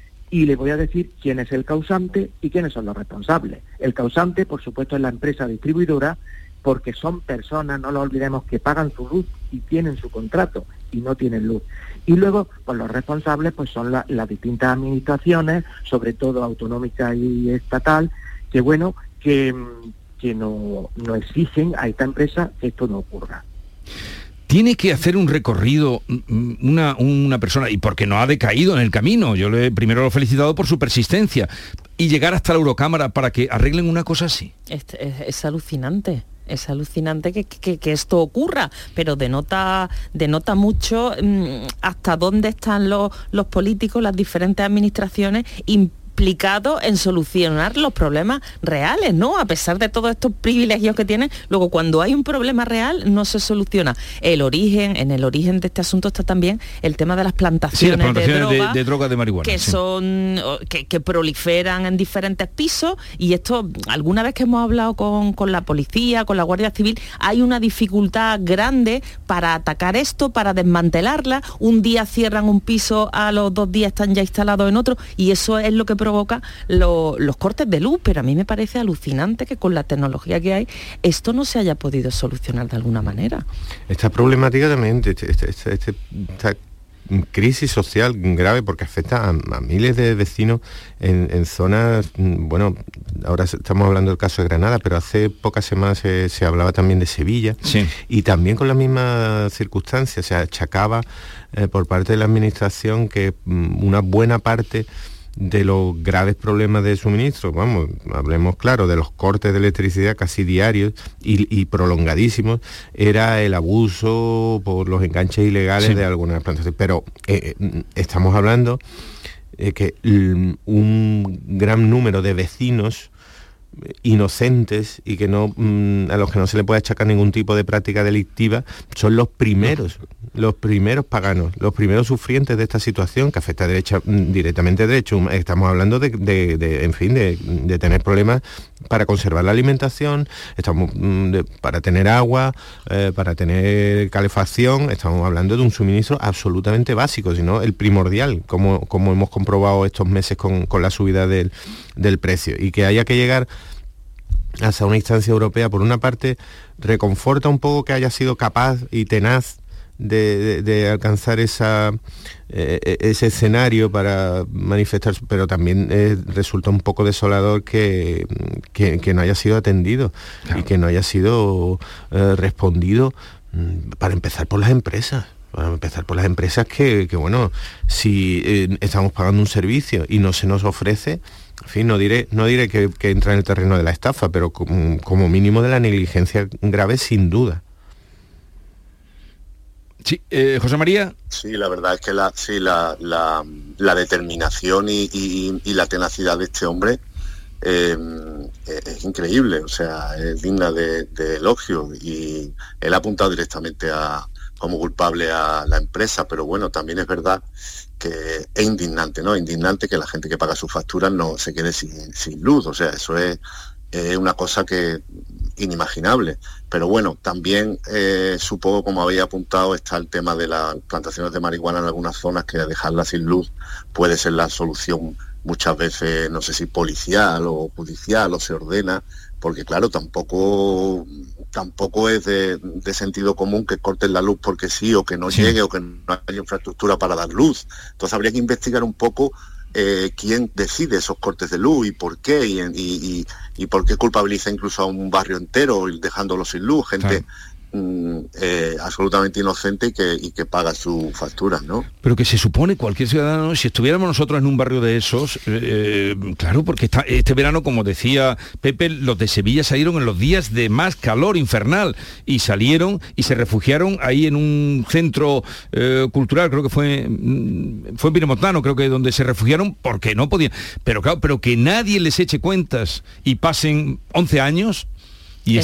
Speaker 20: y le voy a decir quién es el causante y quiénes son los responsables. El causante, por supuesto, es la empresa distribuidora, porque son personas, no lo olvidemos, que pagan su luz y tienen su contrato y no tienen luz. Y luego, pues los responsables pues son la, las distintas administraciones, sobre todo autonómica y estatal, que bueno, que, que no, no exigen a esta empresa que esto no ocurra.
Speaker 1: Tiene que hacer un recorrido una, una persona, y porque no ha decaído en el camino, yo le primero lo he felicitado por su persistencia, y llegar hasta la Eurocámara para que arreglen una cosa así.
Speaker 3: Es, es, es alucinante. Es alucinante que, que, que esto ocurra, pero denota, denota mucho mmm, hasta dónde están los, los políticos, las diferentes administraciones implicados en solucionar los problemas reales, ¿no? A pesar de todos estos privilegios que tienen, luego cuando hay un problema real no se soluciona. El origen, en el origen de este asunto está también el tema de las plantaciones,
Speaker 1: sí, las plantaciones
Speaker 3: de, droga,
Speaker 1: de, de droga de marihuana,
Speaker 3: que
Speaker 1: sí.
Speaker 3: son que, que proliferan en diferentes pisos, y esto, alguna vez que hemos hablado con, con la policía, con la Guardia Civil, hay una dificultad grande para atacar esto, para desmantelarla. Un día cierran un piso, a los dos días están ya instalados en otro, y eso es lo que provoca lo, los cortes de luz. Pero a mí me parece alucinante que con la tecnología que hay esto no se haya podido solucionar de alguna manera.
Speaker 4: Esta problemática también, este, este, este, esta crisis social grave, porque afecta a, a miles de vecinos en, en zonas, bueno, ahora estamos hablando del caso de Granada, pero hace pocas semanas se, se hablaba también de Sevilla,
Speaker 1: sí.
Speaker 4: Y también con la misma circunstancia, se achacaba eh, por parte de la administración que mm, una buena parte de los graves problemas de suministro, vamos, hablemos claro, de los cortes de electricidad casi diarios y, y prolongadísimos, era el abuso por los enganches ilegales, sí, de algunas plantaciones. Pero eh, estamos hablando de que un gran número de vecinos inocentes y que no mmm, a los que no se le puede achacar ningún tipo de práctica delictiva son los primeros, los primeros paganos, los primeros sufrientes de esta situación que afecta derecha, directamente a derechos. Estamos hablando de, de, de en fin, de, de tener problemas para conservar la alimentación, estamos de, para tener agua, eh, para tener calefacción. Estamos hablando de un suministro absolutamente básico, sino el primordial, como, como hemos comprobado estos meses con, con la subida del, del precio. Y que haya que llegar hasta una instancia europea, por una parte, reconforta un poco que haya sido capaz y tenaz de, de, de alcanzar esa, eh, ese escenario para manifestar, pero también eh, resulta un poco desolador que, que, que no haya sido atendido, claro, y que no haya sido eh, respondido, para empezar por las empresas. Para empezar por las empresas que, que bueno, si eh, estamos pagando un servicio y no se nos ofrece, en fin, no diré, no diré que, que entra en el terreno de la estafa, pero como, como mínimo de la negligencia grave, sin duda.
Speaker 1: Sí, eh, José María.
Speaker 5: Sí, la verdad es que la, sí, la, la, la determinación y, y, y la tenacidad de este hombre eh, es increíble, o sea, es digna de, de elogio, y él ha apuntado directamente a como culpable a la empresa, pero bueno, también es verdad que es indignante, ¿no? Indignante que la gente que paga sus facturas no se quede sin, sin luz, o sea, eso es, es una cosa que inimaginable. Pero bueno, también eh, supongo, como había apuntado, está el tema de las plantaciones de marihuana en algunas zonas, que dejarlas sin luz puede ser la solución muchas veces, no sé si policial o judicial, o se ordena, porque claro, tampoco tampoco es de, de sentido común que corten la luz porque sí, o que no sí. llegue, o que no haya infraestructura para dar luz. Entonces habría que investigar un poco eh, quién decide esos cortes de luz y por qué, y, y, y, y por qué culpabiliza incluso a un barrio entero dejándolo sin luz, gente claro. Eh, absolutamente inocente y que, y que paga sus facturas, ¿no?
Speaker 1: Pero que se supone cualquier ciudadano, si estuviéramos nosotros en un barrio de esos, eh, claro, porque está, este verano, como decía Pepe, los de Sevilla salieron en los días de más calor infernal, y salieron y se refugiaron ahí en un centro eh, cultural, creo que fue fue en Pinamontano, creo que donde se refugiaron porque no podían, pero claro, pero que nadie les eche cuentas y pasen once años y
Speaker 3: es...
Speaker 1: este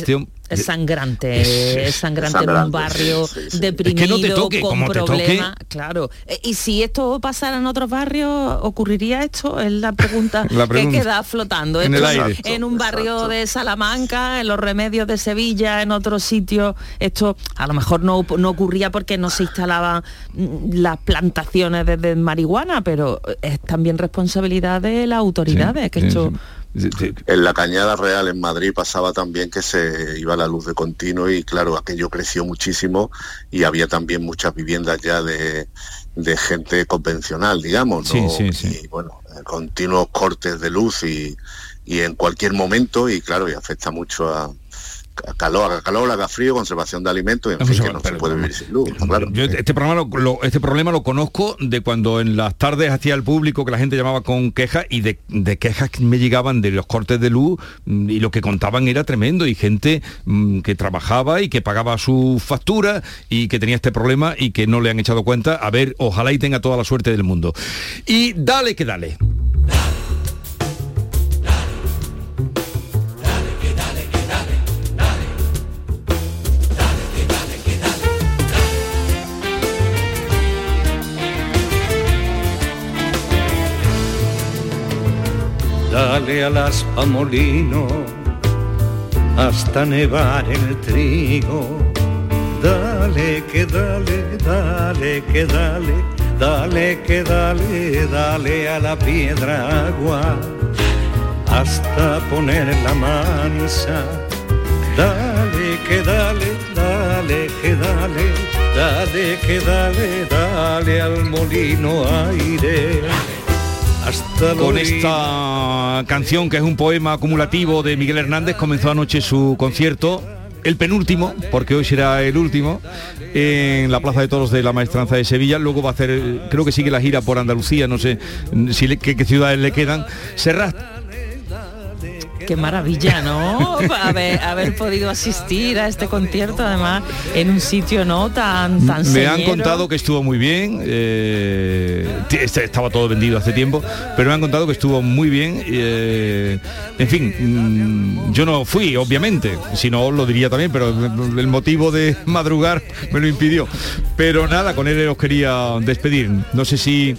Speaker 3: Es sangrante,
Speaker 1: es,
Speaker 3: es,
Speaker 1: es
Speaker 3: sangrante,
Speaker 5: sangrante
Speaker 3: en un barrio
Speaker 5: sí, sí.
Speaker 3: deprimido,
Speaker 1: es que no te toque,
Speaker 3: con
Speaker 1: como
Speaker 3: problemas.
Speaker 1: Te toque.
Speaker 3: Claro. Y si esto pasara en otros barrios, ¿ocurriría esto? Es la pregunta,
Speaker 1: la pregunta
Speaker 3: que queda flotando.
Speaker 1: En, el aire.
Speaker 3: En un barrio exacto. de Salamanca, en los Remedios de Sevilla, en otros sitios, esto a lo mejor no, no ocurría porque no se instalaban las plantaciones de, de marihuana, pero es también responsabilidad de las autoridades, sí, que sí, esto...
Speaker 5: Sí. En la Cañada Real en Madrid pasaba también que se iba la luz de continuo y claro, aquello creció muchísimo y había también muchas viviendas ya de, de gente convencional, digamos, ¿no?
Speaker 1: Sí, sí, sí.
Speaker 5: Y bueno, continuos cortes de luz y, y en cualquier momento y claro, y afecta mucho a... A calor, a calor, haga frío, conservación de alimentos, y en no, fin, que no se puede vivir sin luz, claro.
Speaker 1: Yo este programa lo, lo, este problema lo conozco de cuando en las tardes hacía el público que la gente llamaba con quejas y de, de quejas que me llegaban de los cortes de luz y lo que contaban era tremendo y gente mmm, que trabajaba y que pagaba su factura y que tenía este problema y que no le han echado cuenta. A ver, ojalá y tenga toda la suerte del mundo. Y dale que dale.
Speaker 21: Dale al aspa molino hasta nevar el trigo. Dale que dale, dale que dale, dale que dale, dale a la piedra agua hasta ponerla mansa. Dale que dale, dale que dale, dale que dale, dale al molino aire. Hasta
Speaker 1: con esta canción, que es un poema acumulativo de Miguel Hernández, comenzó anoche su concierto, el penúltimo, porque hoy será el último, en la Plaza de Toros de la Maestranza de Sevilla. Luego va a hacer, creo que sigue la gira por Andalucía, no sé si le, qué, qué ciudades le quedan. Serrat.
Speaker 3: Qué maravilla, ¿no? Haber, haber podido asistir a este concierto, además, en un sitio no tan tan
Speaker 1: Me
Speaker 3: señero.
Speaker 1: han contado que estuvo muy bien, eh, estaba todo vendido hace tiempo, pero me han contado que estuvo muy bien. Eh, en fin, yo no fui, obviamente, si no os lo diría también, pero el motivo de madrugar me lo impidió. Pero nada, con él os quería despedir. No sé si,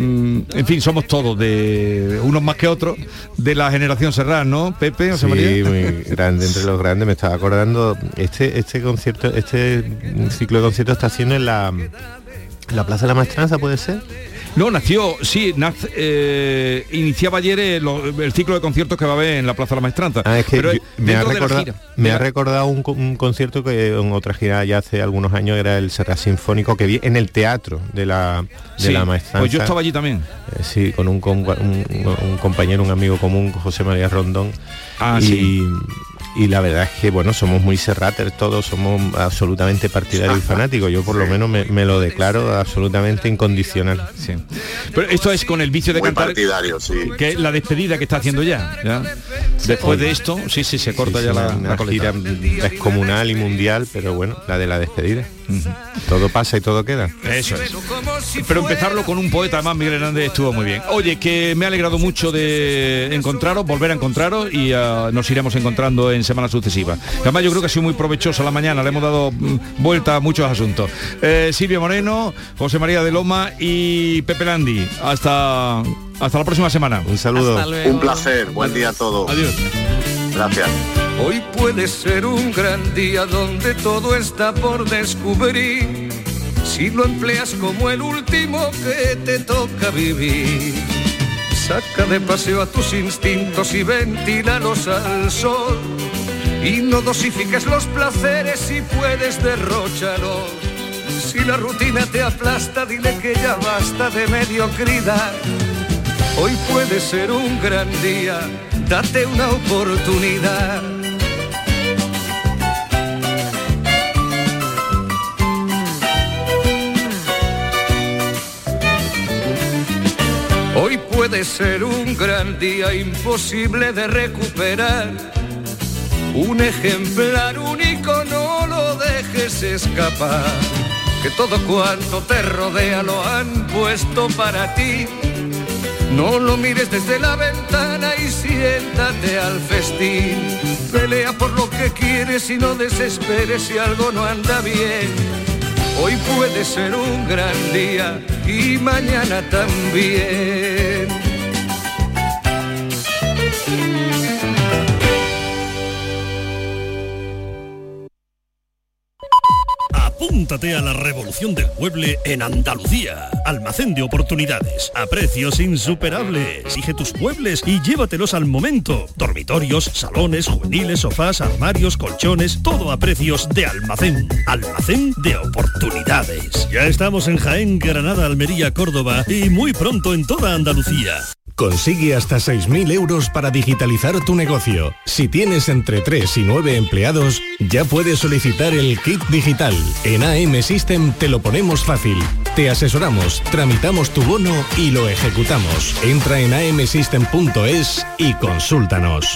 Speaker 1: en fin, somos todos, de unos más que otros, de la generación Serrat, ¿no? Pepe, José
Speaker 4: sí,
Speaker 1: María.
Speaker 4: Muy grande, entre los grandes. Me estaba acordando, este este concierto, este ciclo de conciertos está haciendo en la, en la Plaza de la Maestranza, ¿puede ser?
Speaker 1: No, nació, sí, nace, eh, iniciaba ayer el, el ciclo de conciertos que va a haber en la Plaza de la Maestranza.
Speaker 4: Ah, es que
Speaker 1: pero
Speaker 4: yo, me, ha recordado,
Speaker 1: gira,
Speaker 4: me ha recordado un, un concierto que en otra gira ya hace algunos años era el Serrat Sinfónico, que vi en el teatro de la, de
Speaker 1: sí,
Speaker 4: la Maestranza.
Speaker 1: Pues yo estaba allí también.
Speaker 4: Eh, sí, con un, con un, un compañero, un amigo común, José María Rondón.
Speaker 1: Ah,
Speaker 4: y,
Speaker 1: sí.
Speaker 4: Y la verdad es que, bueno, somos muy serraters todos, somos absolutamente partidarios y fanáticos. Yo por lo menos me, me lo declaro absolutamente incondicional.
Speaker 1: Sí. Pero esto es con el vicio de
Speaker 5: muy
Speaker 1: cantar,
Speaker 5: partidario, sí.
Speaker 1: que es la despedida que está haciendo ya. ¿ya? Después de esto, sí, sí, se corta
Speaker 4: sí,
Speaker 1: ya
Speaker 4: sí,
Speaker 1: la,
Speaker 4: una
Speaker 1: la coleta.
Speaker 4: gira descomunal y mundial, pero bueno, la de la despedida. Uh-huh. Todo pasa y todo queda.
Speaker 1: Eso es. Pero empezarlo con un poeta, además Miguel Hernández estuvo muy bien. Oye, que me ha alegrado mucho de encontraros, volver a encontraros y uh, nos iremos encontrando en semanas sucesivas. Además yo creo que ha sido muy provechosa la mañana, le hemos dado mm, vuelta a muchos asuntos. Eh, Silvia Moreno, José María de Loma y Pepe Landi. Hasta, hasta la próxima semana.
Speaker 4: Un saludo.
Speaker 5: Un placer, buen día a todos.
Speaker 1: Adiós.
Speaker 5: Gracias.
Speaker 21: Hoy puede ser un gran día donde todo está por descubrir, si lo empleas como el último que te toca vivir. Saca de paseo a tus instintos y ventílalos al sol, y no dosifiques los placeres si puedes derróchalos. Si la rutina te aplasta, dile que ya basta de mediocridad. Hoy puede ser un gran día, date una oportunidad. Hoy puede ser un gran día imposible de recuperar. Un ejemplar único, no lo dejes escapar. Que todo cuanto te rodea lo han puesto para ti. No lo mires desde la ventana y siéntate al festín. Pelea por lo que quieres y no desesperes si algo no anda bien. Hoy puede ser un gran día y mañana también.
Speaker 2: Apúntate a la revolución del mueble en Andalucía. Almacén de oportunidades, a precios insuperables. Elige tus muebles y llévatelos al momento. Dormitorios, salones, juveniles, sofás, armarios, colchones, todo a precios de almacén. Almacén de oportunidades. Ya estamos en Jaén, Granada, Almería, Córdoba y muy pronto en toda Andalucía.
Speaker 18: Consigue hasta seis mil euros para digitalizar tu negocio. Si tienes entre tres y nueve empleados, ya puedes solicitar el kit digital. En A M System te lo ponemos fácil. Te asesoramos, tramitamos tu bono y lo ejecutamos. Entra en a m system punto es y consúltanos.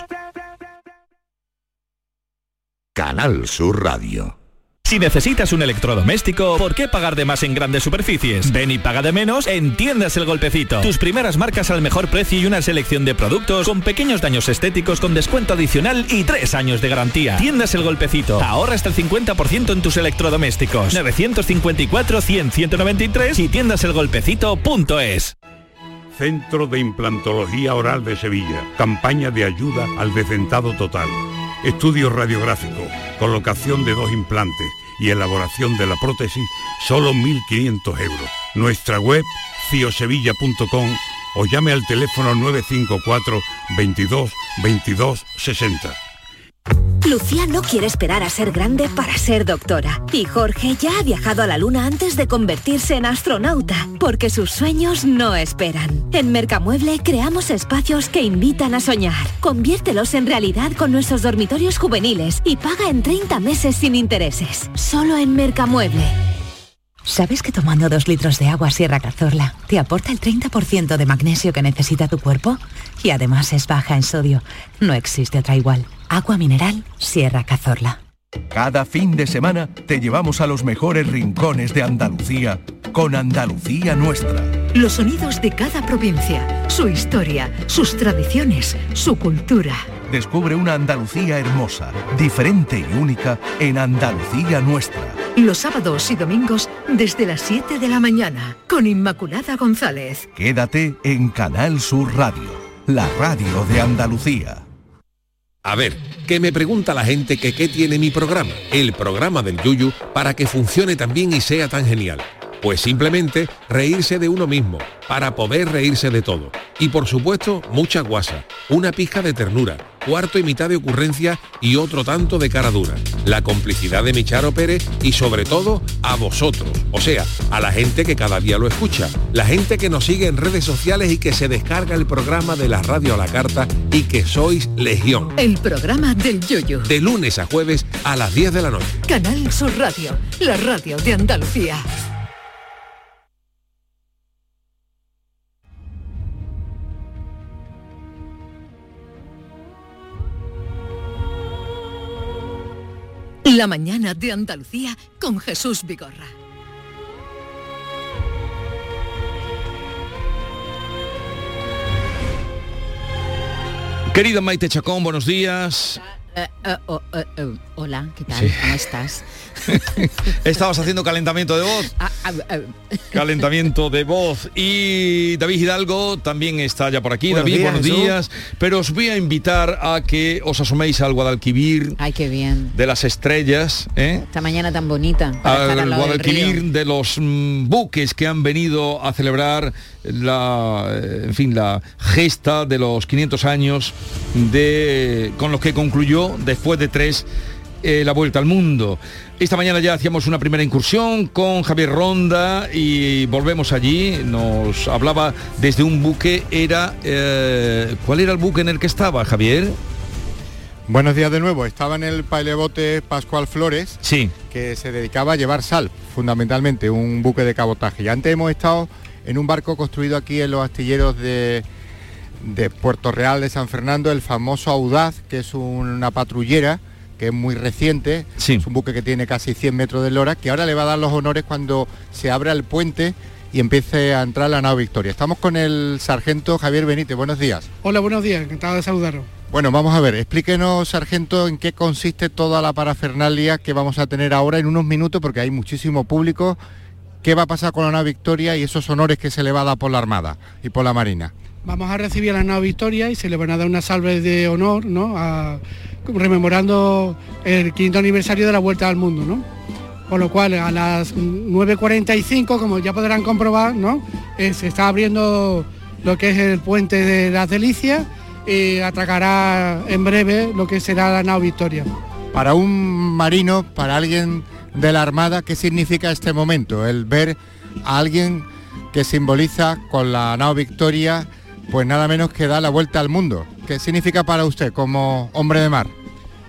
Speaker 22: Canal Sur Radio.
Speaker 23: Si necesitas un electrodoméstico, ¿por qué pagar de más en grandes superficies? Ven y paga de menos en Tiendas El Golpecito. Tus primeras marcas al mejor precio y una selección de productos con pequeños daños estéticos con descuento adicional y tres años de garantía. Tiendas El Golpecito. Ahorra hasta el cincuenta por ciento en tus electrodomésticos. nueve cinco cuatro, cien, ciento noventa y tres y tiendas el golpecito punto es.
Speaker 24: Centro de Implantología Oral de Sevilla. Campaña de ayuda al decentado total. Estudio radiográfico, colocación de dos implantes y elaboración de la prótesis, solo mil quinientos euros. Nuestra web, ciosevilla punto com o llame al teléfono nueve cinco cuatro, veintidós, veintidós, sesenta.
Speaker 25: Lucía no quiere esperar a ser grande para ser doctora. Y Jorge ya ha viajado a la luna antes de convertirse en astronauta, porque sus sueños no esperan. En Mercamueble creamos espacios que invitan a soñar. Conviértelos en realidad con nuestros dormitorios juveniles y paga en treinta meses sin intereses. Solo en Mercamueble.
Speaker 19: ¿Sabes que tomando dos litros de agua Sierra Cazorla te aporta el treinta por ciento de magnesio que necesita tu cuerpo? Y además es baja en sodio. No existe otra igual. Agua mineral Sierra Cazorla.
Speaker 22: Cada fin de semana te llevamos a los mejores rincones de Andalucía con Andalucía Nuestra.
Speaker 8: Los sonidos de cada provincia, su historia, sus tradiciones, su cultura.
Speaker 22: Descubre una Andalucía hermosa, diferente y única en Andalucía Nuestra.
Speaker 8: Los sábados y domingos desde las siete de la mañana con Inmaculada González.
Speaker 22: Quédate en Canal Sur Radio, la radio de Andalucía.
Speaker 26: A ver, que me pregunta la gente que qué tiene mi programa, el programa del Yuyu, para que funcione tan bien y sea tan genial. Pues simplemente reírse de uno mismo, para poder reírse de todo. Y por supuesto, mucha guasa, una pizca de ternura, cuarto y mitad de ocurrencia y otro tanto de cara dura. La complicidad de mi Charo Pérez y sobre todo a vosotros, o sea, a la gente que cada día lo escucha, la gente que nos sigue en redes sociales y que se descarga el programa de la radio a la carta y que sois legión.
Speaker 8: El programa del Yoyo.
Speaker 26: De lunes a jueves a las diez de la noche.
Speaker 8: Canal Sur Radio, la radio de Andalucía. La mañana de Andalucía con Jesús Vigorra.
Speaker 1: Querida Maite Chacón, buenos días.
Speaker 3: Uh, uh, uh, uh, uh, hola, ¿qué tal? Sí. ¿Cómo estás?
Speaker 1: Estabas haciendo calentamiento de voz.
Speaker 3: Ah, uh, uh.
Speaker 1: Calentamiento de voz. Y David Hidalgo también está ya por aquí.
Speaker 27: Buenos
Speaker 1: David,
Speaker 27: días,
Speaker 1: buenos
Speaker 27: Jesús.
Speaker 1: días. Pero os voy a invitar a que os asoméis al Guadalquivir.
Speaker 3: Ay, qué bien.
Speaker 1: De las estrellas. ¿eh?
Speaker 3: Esta mañana tan bonita. Para estar
Speaker 1: al
Speaker 3: al lado del
Speaker 1: Guadalquivir
Speaker 3: río.
Speaker 1: de los mm, buques que han venido a celebrar la, eh, en fin, la gesta de los quinientos años de con los que concluyó después de tres eh, la vuelta al mundo. Esta mañana ya hacíamos una primera incursión con Javier Ronda y volvemos allí. Nos hablaba desde un buque. Era eh, ¿cuál era el buque en el que estaba, Javier?
Speaker 28: Buenos días de nuevo. Estaba en el pailebote Pascual Flores,
Speaker 1: sí,
Speaker 28: que se dedicaba a llevar sal, fundamentalmente, un buque de cabotaje. Y antes hemos estado en un barco construido aquí en los astilleros de, de Puerto Real de San Fernando, el famoso Audaz, que es una patrullera, que es muy reciente, sí. Es un buque que tiene casi cien metros de eslora, que ahora le va a dar los honores cuando se abra el puente y empiece a entrar la nao Victoria. Estamos con el sargento Javier Benítez. Buenos días.
Speaker 6: Hola, buenos días, encantado de saludaros.
Speaker 28: Bueno, vamos a ver, explíquenos, sargento, en qué consiste toda la parafernalia que vamos a tener ahora en unos minutos, porque hay muchísimo público. ¿Qué va a pasar con la nao Victoria y esos honores que se le va a dar por la Armada y por la Marina?
Speaker 6: Vamos a recibir a la nao Victoria y se le van a dar una salve de honor, ¿no? A, rememorando el quinto aniversario de la Vuelta al Mundo, ¿no? Por lo cual a las nueve cuarenta y cinco, como ya podrán comprobar, ¿no? Eh, se está abriendo lo que es el puente de las Delicias y atracará en breve lo que será la nao Victoria.
Speaker 28: Para un marino, para alguien de la Armada, ¿qué significa este momento? El ver a alguien que simboliza con la nao Victoria, pues nada menos que da la vuelta al mundo. ¿Qué significa para usted como hombre de mar?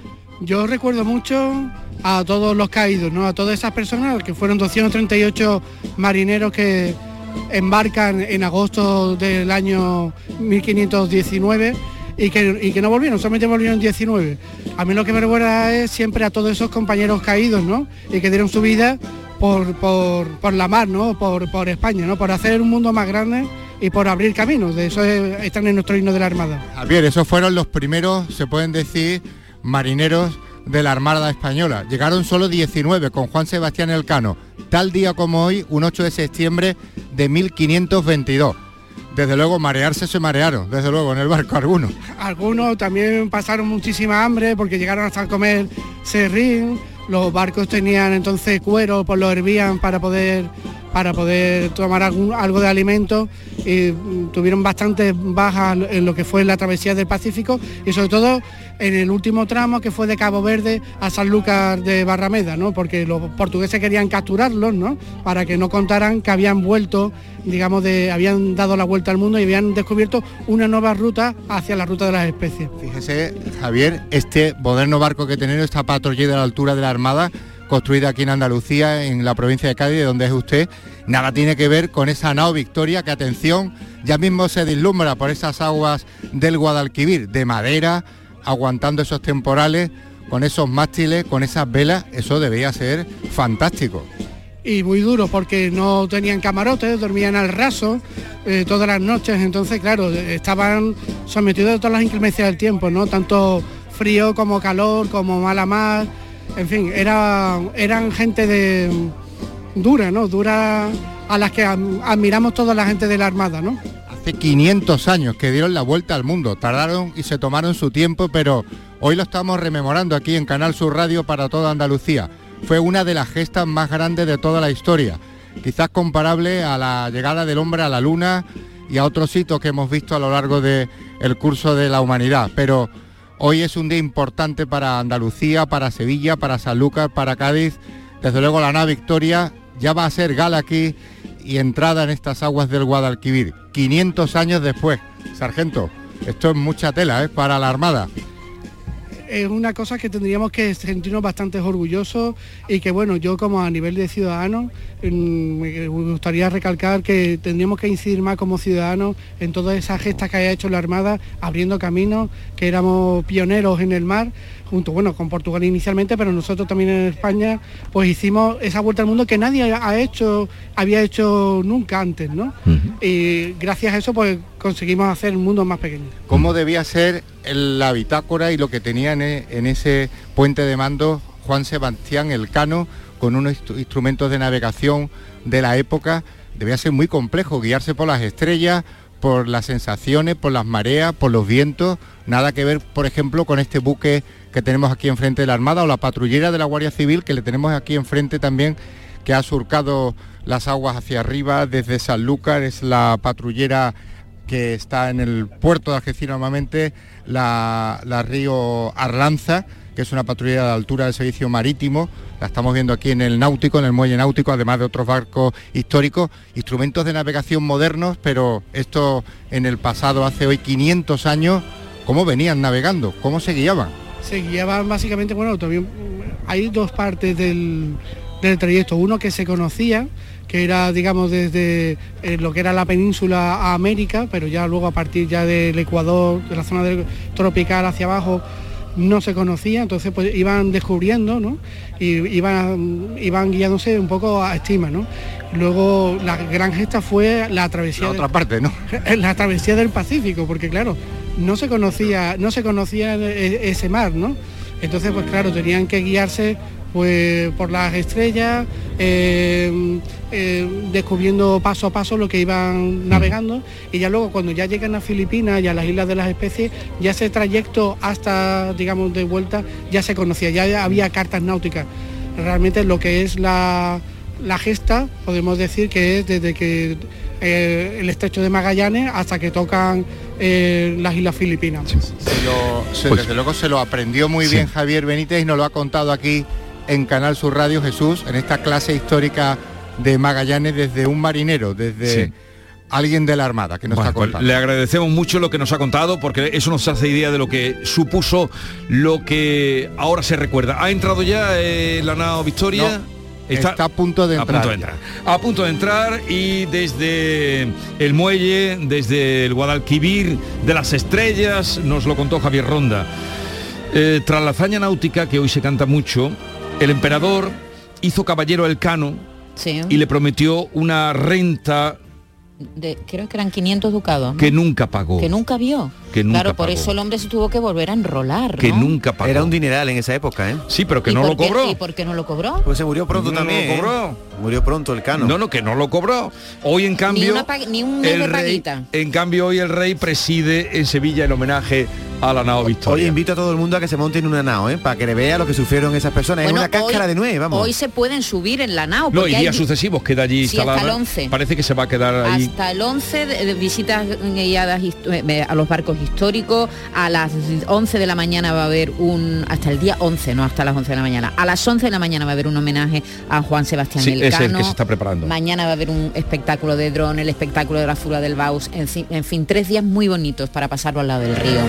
Speaker 6: Yo recuerdo mucho a todos los caídos, ¿no? A todas esas personas, que fueron doscientos treinta y ocho marineros que embarcan en agosto del año mil quinientos diecinueve y que, y que no volvieron, solamente volvieron en diecinueve. A mí lo que me recuerda es siempre a todos esos compañeros caídos, ¿no? Y que dieron su vida por, por, por la mar, ¿no? Por, por España, ¿no? Por hacer un mundo más grande y por abrir caminos. De eso es, están en nuestro himno de la Armada.
Speaker 28: Javier, esos fueron los primeros, se pueden decir, marineros de la Armada Española. Llegaron solo diecinueve con Juan Sebastián Elcano, tal día como hoy, un ocho de septiembre de mil quinientos veintidós. Desde luego marearse se marearon, desde luego en el barco algunos.
Speaker 6: Algunos también pasaron muchísima hambre porque llegaron hasta a comer serrín. Los barcos tenían entonces cuero, pues lo hervían para poder para poder tomar algún, algo de alimento, y tuvieron bastantes bajas en lo que fue la travesía del Pacífico y sobre todo en el último tramo que fue de Cabo Verde a Sanlúcar de Barrameda, ¿no? Porque los portugueses querían capturarlos, ¿no? Para que no contaran que habían vuelto, digamos, de habían dado la vuelta al mundo y habían descubierto una nueva ruta hacia la ruta de las especies.
Speaker 28: Fíjese, Javier, este moderno barco que tenemos, esta patrullera a la altura de la Armada, construida aquí en Andalucía, en la provincia de Cádiz, de donde es usted, nada tiene que ver con esa nao Victoria, que atención, ya mismo se deslumbra por esas aguas del Guadalquivir, de madera, aguantando esos temporales, con esos mástiles, con esas velas. Eso debía ser fantástico.
Speaker 6: Y muy duro, porque no tenían camarotes, dormían al raso eh, todas las noches, entonces claro, estaban sometidos a todas las inclemencias del tiempo, ¿no? Tanto frío como calor, como mala mar. En fin, era, eran gente de dura, ¿no? Dura, a las que admiramos toda la gente de la Armada, ¿no?
Speaker 28: Hace quinientos años que dieron la vuelta al mundo, tardaron y se tomaron su tiempo, pero hoy lo estamos rememorando aquí en Canal Sur Radio para toda Andalucía. Fue una de las gestas más grandes de toda la historia, quizás comparable a la llegada del hombre a la luna y a otros hitos que hemos visto a lo largo del curso de la humanidad, pero hoy es un día importante para Andalucía, para Sevilla, para Sanlúcar, para Cádiz. Desde luego la nao Victoria ya va a ser gala aquí y entrada en estas aguas del Guadalquivir, quinientos años después. Sargento, esto es mucha tela, ¿eh?, para la Armada.
Speaker 6: Es una cosa que tendríamos que sentirnos bastante orgullosos y que, bueno, yo como a nivel de ciudadano me gustaría recalcar que tendríamos que incidir más como ciudadanos en todas esas gestas que haya hecho la Armada, abriendo caminos, que éramos pioneros en el mar, junto, bueno, con Portugal inicialmente, pero nosotros también en España, pues hicimos esa vuelta al mundo que nadie ha hecho, había hecho nunca antes, ¿no? Uh-huh. Y gracias a eso, pues conseguimos hacer un mundo más pequeño.
Speaker 28: ¿Cómo debía ser la bitácora y lo que tenía en, en ese puente de mando Juan Sebastián Elcano, con unos instrumentos de navegación de la época? Debía ser muy complejo guiarse por las estrellas, por las sensaciones, por las mareas, por los vientos. Nada que ver, por ejemplo, con este buque que tenemos aquí enfrente de la Armada, o la patrullera de la Guardia Civil que le tenemos aquí enfrente también, que ha surcado las aguas hacia arriba desde Sanlúcar. Es la patrullera que está en el puerto de Algeciras normalmente, la, la Río Arlanza, que es una patrullera de altura del servicio marítimo. La estamos viendo aquí en el náutico, en el muelle náutico, además de otros barcos históricos, instrumentos de navegación modernos, pero esto en el pasado, hace hoy quinientos años, ¿cómo venían navegando? ¿Cómo se guiaban?
Speaker 6: Se guiaban básicamente, bueno, también hay dos partes del, del trayecto. Uno que se conocía, que era, digamos, desde eh, lo que era la península a América, pero ya luego a partir ya del Ecuador, de la zona del tropical hacia abajo, no se conocía, entonces pues iban descubriendo, ¿no? Y iban, iban guiándose un poco a estima, ¿no? Luego la gran gesta fue la travesía
Speaker 28: la
Speaker 6: de,
Speaker 28: otra parte, ¿no?
Speaker 6: La travesía del Pacífico, porque claro, no se conocía, no se conocía ese mar, ¿no? Entonces pues claro, tenían que guiarse pues por las estrellas, eh, eh, descubriendo paso a paso lo que iban navegando, y ya luego cuando ya llegan a Filipinas y a las Islas de las Especies, ya ese trayecto hasta, digamos, de vuelta ya se conocía, ya había cartas náuticas. Realmente lo que es la, la gesta, podemos decir que es desde que eh, el estrecho de Magallanes hasta que tocan eh, las Islas Filipinas.
Speaker 28: Se lo, se, pues, desde luego se lo aprendió muy sí. bien Javier Benítez y nos lo ha contado aquí en Canal Sur Radio, Jesús, en esta clase histórica de Magallanes, desde un marinero, desde sí. alguien de la Armada que nos bueno, está contando.
Speaker 1: Pues le agradecemos mucho lo que nos ha contado, porque eso nos hace idea de lo que supuso lo que ahora se recuerda. ¿Ha entrado ya eh, la nao Victoria?
Speaker 28: No. Está, está a punto de entrar.
Speaker 1: A punto de entrar. A punto de entrar y desde el muelle, desde el Guadalquivir de las Estrellas, nos lo contó Javier Ronda. Eh, tras la hazaña náutica, que hoy se canta mucho, el emperador hizo caballero a Elcano sí. y le prometió una renta
Speaker 3: de, creo que eran quinientos ducados, ¿no?
Speaker 1: Que nunca pagó.
Speaker 3: Que nunca vio.
Speaker 1: Que nunca
Speaker 3: claro, por
Speaker 1: pagó.
Speaker 3: eso el hombre se tuvo que volver a enrolar, ¿no?
Speaker 1: Que nunca pagó.
Speaker 7: Era un dineral en esa época, ¿eh?
Speaker 1: Sí, pero que no lo cobró.
Speaker 3: ¿Y por qué no lo cobró?
Speaker 7: Pues se murió pronto
Speaker 1: no
Speaker 7: también.
Speaker 1: No lo cobró.
Speaker 7: ¿eh? Murió pronto Elcano.
Speaker 1: No, no, que no lo cobró. Hoy en cambio
Speaker 3: ni, una pag- ni un mes
Speaker 1: el
Speaker 3: de
Speaker 1: rey,
Speaker 3: paguita.
Speaker 1: En cambio hoy el rey preside en Sevilla el homenaje a la nao Victoria.
Speaker 7: Hoy invito a todo el mundo a que se monte en una nao, ¿eh? Para que le vea lo que sufrieron esas personas.
Speaker 3: Bueno,
Speaker 7: es una cáscara
Speaker 3: hoy,
Speaker 7: de nuez, vamos.
Speaker 3: Hoy se pueden subir en la nao.
Speaker 1: No, y días
Speaker 3: hay...
Speaker 1: sucesivos queda allí
Speaker 3: sí,
Speaker 1: instalada.
Speaker 3: hasta el once.
Speaker 1: Parece que se va a quedar ahí.
Speaker 3: Hasta el once de, de visitas guiadas a los barcos históricos. A las once de la mañana va a haber un... Hasta el día once, no hasta las once de la mañana. A las once de la mañana va a haber un homenaje a Juan Sebastián
Speaker 1: sí,
Speaker 3: Elcano.
Speaker 1: Es el que se está preparando.
Speaker 3: Mañana va a haber un espectáculo de dron, el espectáculo de la Fura del Baus. En fin, en fin, tres días muy bonitos para pasarlo al lado del río.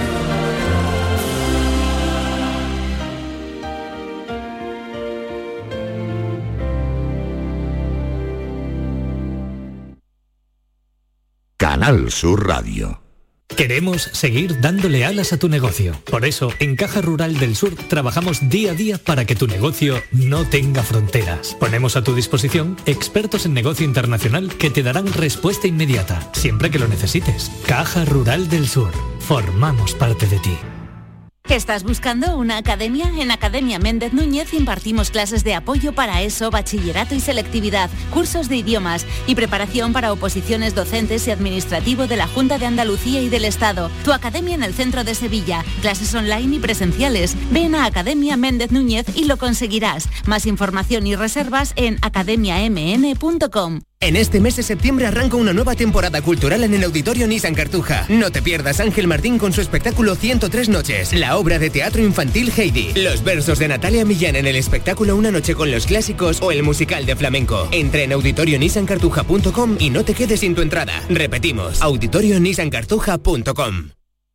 Speaker 9: Canal Sur Radio.
Speaker 17: Queremos seguir dándole alas a tu negocio. Por eso, en Caja Rural del Sur trabajamos día a día para que tu negocio no tenga fronteras. Ponemos a tu disposición expertos en negocio internacional que te darán respuesta inmediata, siempre que lo necesites. Caja Rural del Sur. Formamos parte de ti.
Speaker 10: ¿Estás buscando una academia? En Academia Méndez Núñez impartimos clases de apoyo para ESO, bachillerato y selectividad, cursos de idiomas y preparación para oposiciones docentes y administrativo de la Junta de Andalucía y del Estado. Tu academia en el centro de Sevilla, clases online y presenciales. Ven a Academia Méndez Núñez y lo conseguirás. Más información y reservas en academia m n punto com.
Speaker 11: En este mes de septiembre arranca una nueva temporada cultural en el Auditorio Nissan Cartuja. No te pierdas Ángel Martín con su espectáculo ciento tres noches, la obra de teatro infantil Heidi, los versos de Natalia Millán en el espectáculo Una noche con los clásicos o el musical de flamenco. Entra en auditorio nissan cartuja punto com y no te quedes sin tu entrada. Repetimos, auditorio nissan cartuja punto com.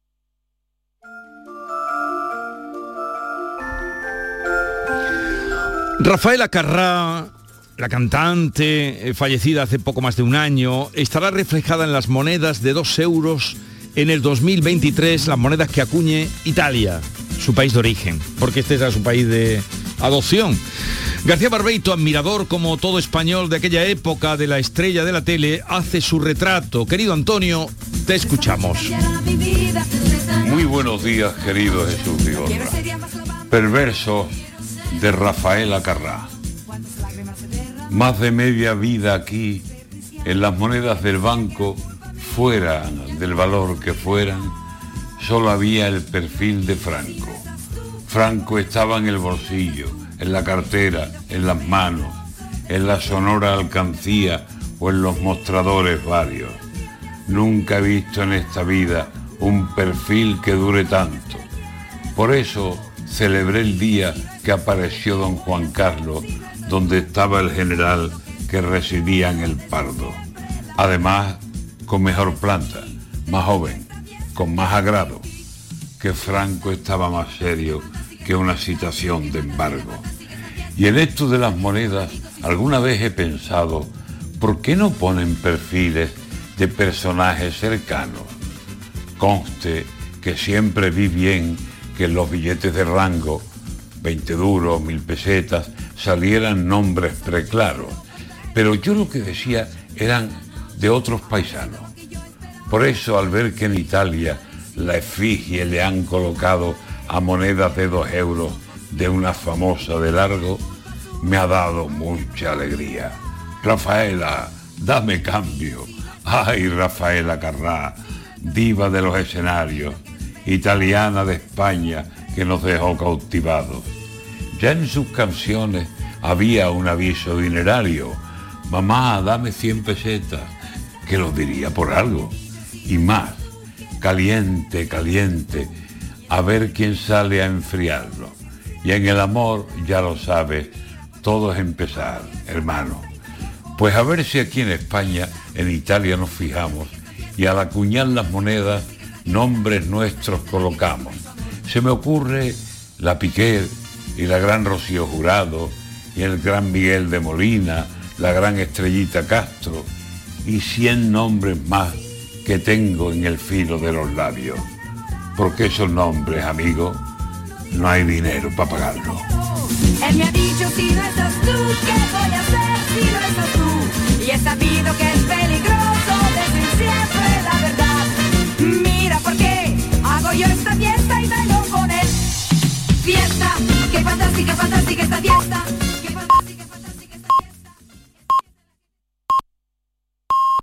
Speaker 1: Rafaela Carrà, la cantante, eh, fallecida hace poco más de un año, estará reflejada en las monedas de dos euros en el dos mil veintitrés, las monedas que acuñe Italia, su país de origen, porque este era su país de adopción. García Barbeito, admirador como todo español de aquella época de la estrella de la tele, hace su retrato. Querido Antonio, te escuchamos.
Speaker 24: Muy buenos días, querido Jesús Vigorra. Perverso de Rafaela Carrà. Más de media vida aquí, en las monedas del banco, fuera del valor que fueran, solo había el perfil de Franco. Franco estaba en el bolsillo, en la cartera, en las manos, en la sonora alcancía o en los mostradores varios. Nunca he visto en esta vida un perfil que dure tanto. Por eso celebré el día que apareció don Juan Carlos, donde estaba el general que residía en el Pardo. Además, con mejor planta, más joven, con más agrado, que Franco estaba más serio que una citación de embargo. Y en esto de las monedas, alguna vez he pensado, ¿por qué no ponen perfiles de personajes cercanos? Conste que siempre vi bien que en los billetes de rango, veinte duros, mil pesetas, salieran nombres preclaros. Pero yo lo que decía eran de otros paisanos. Por eso, al ver que en Italia la efigie le han colocado a monedas de dos euros de una famosa de largo, me ha dado mucha alegría. Rafaela, dame cambio. Ay, Rafaela Carrà, diva de los escenarios, italiana de España que nos dejó cautivados. Ya en sus canciones había un aviso dinerario. Mamá, dame cien pesetas, que lo diría por algo. Y más, caliente, caliente, a ver quién sale a enfriarlo. Y en el amor, ya lo sabes, todo es empezar, hermano. Pues a ver si aquí en España, en Italia nos fijamos y al acuñar las monedas, nombres nuestros colocamos. Se me ocurre la Piquer y la gran Rocío Jurado y el gran Miguel de Molina, la gran Estrellita Castro y cien nombres más que tengo en el filo de los labios. Porque esos nombres, amigo, no hay dinero para pagarlo.
Speaker 9: Él me ha dicho, si no estás tú, ¿qué voy a hacer si no estás tú? Y he sabido que es peligroso.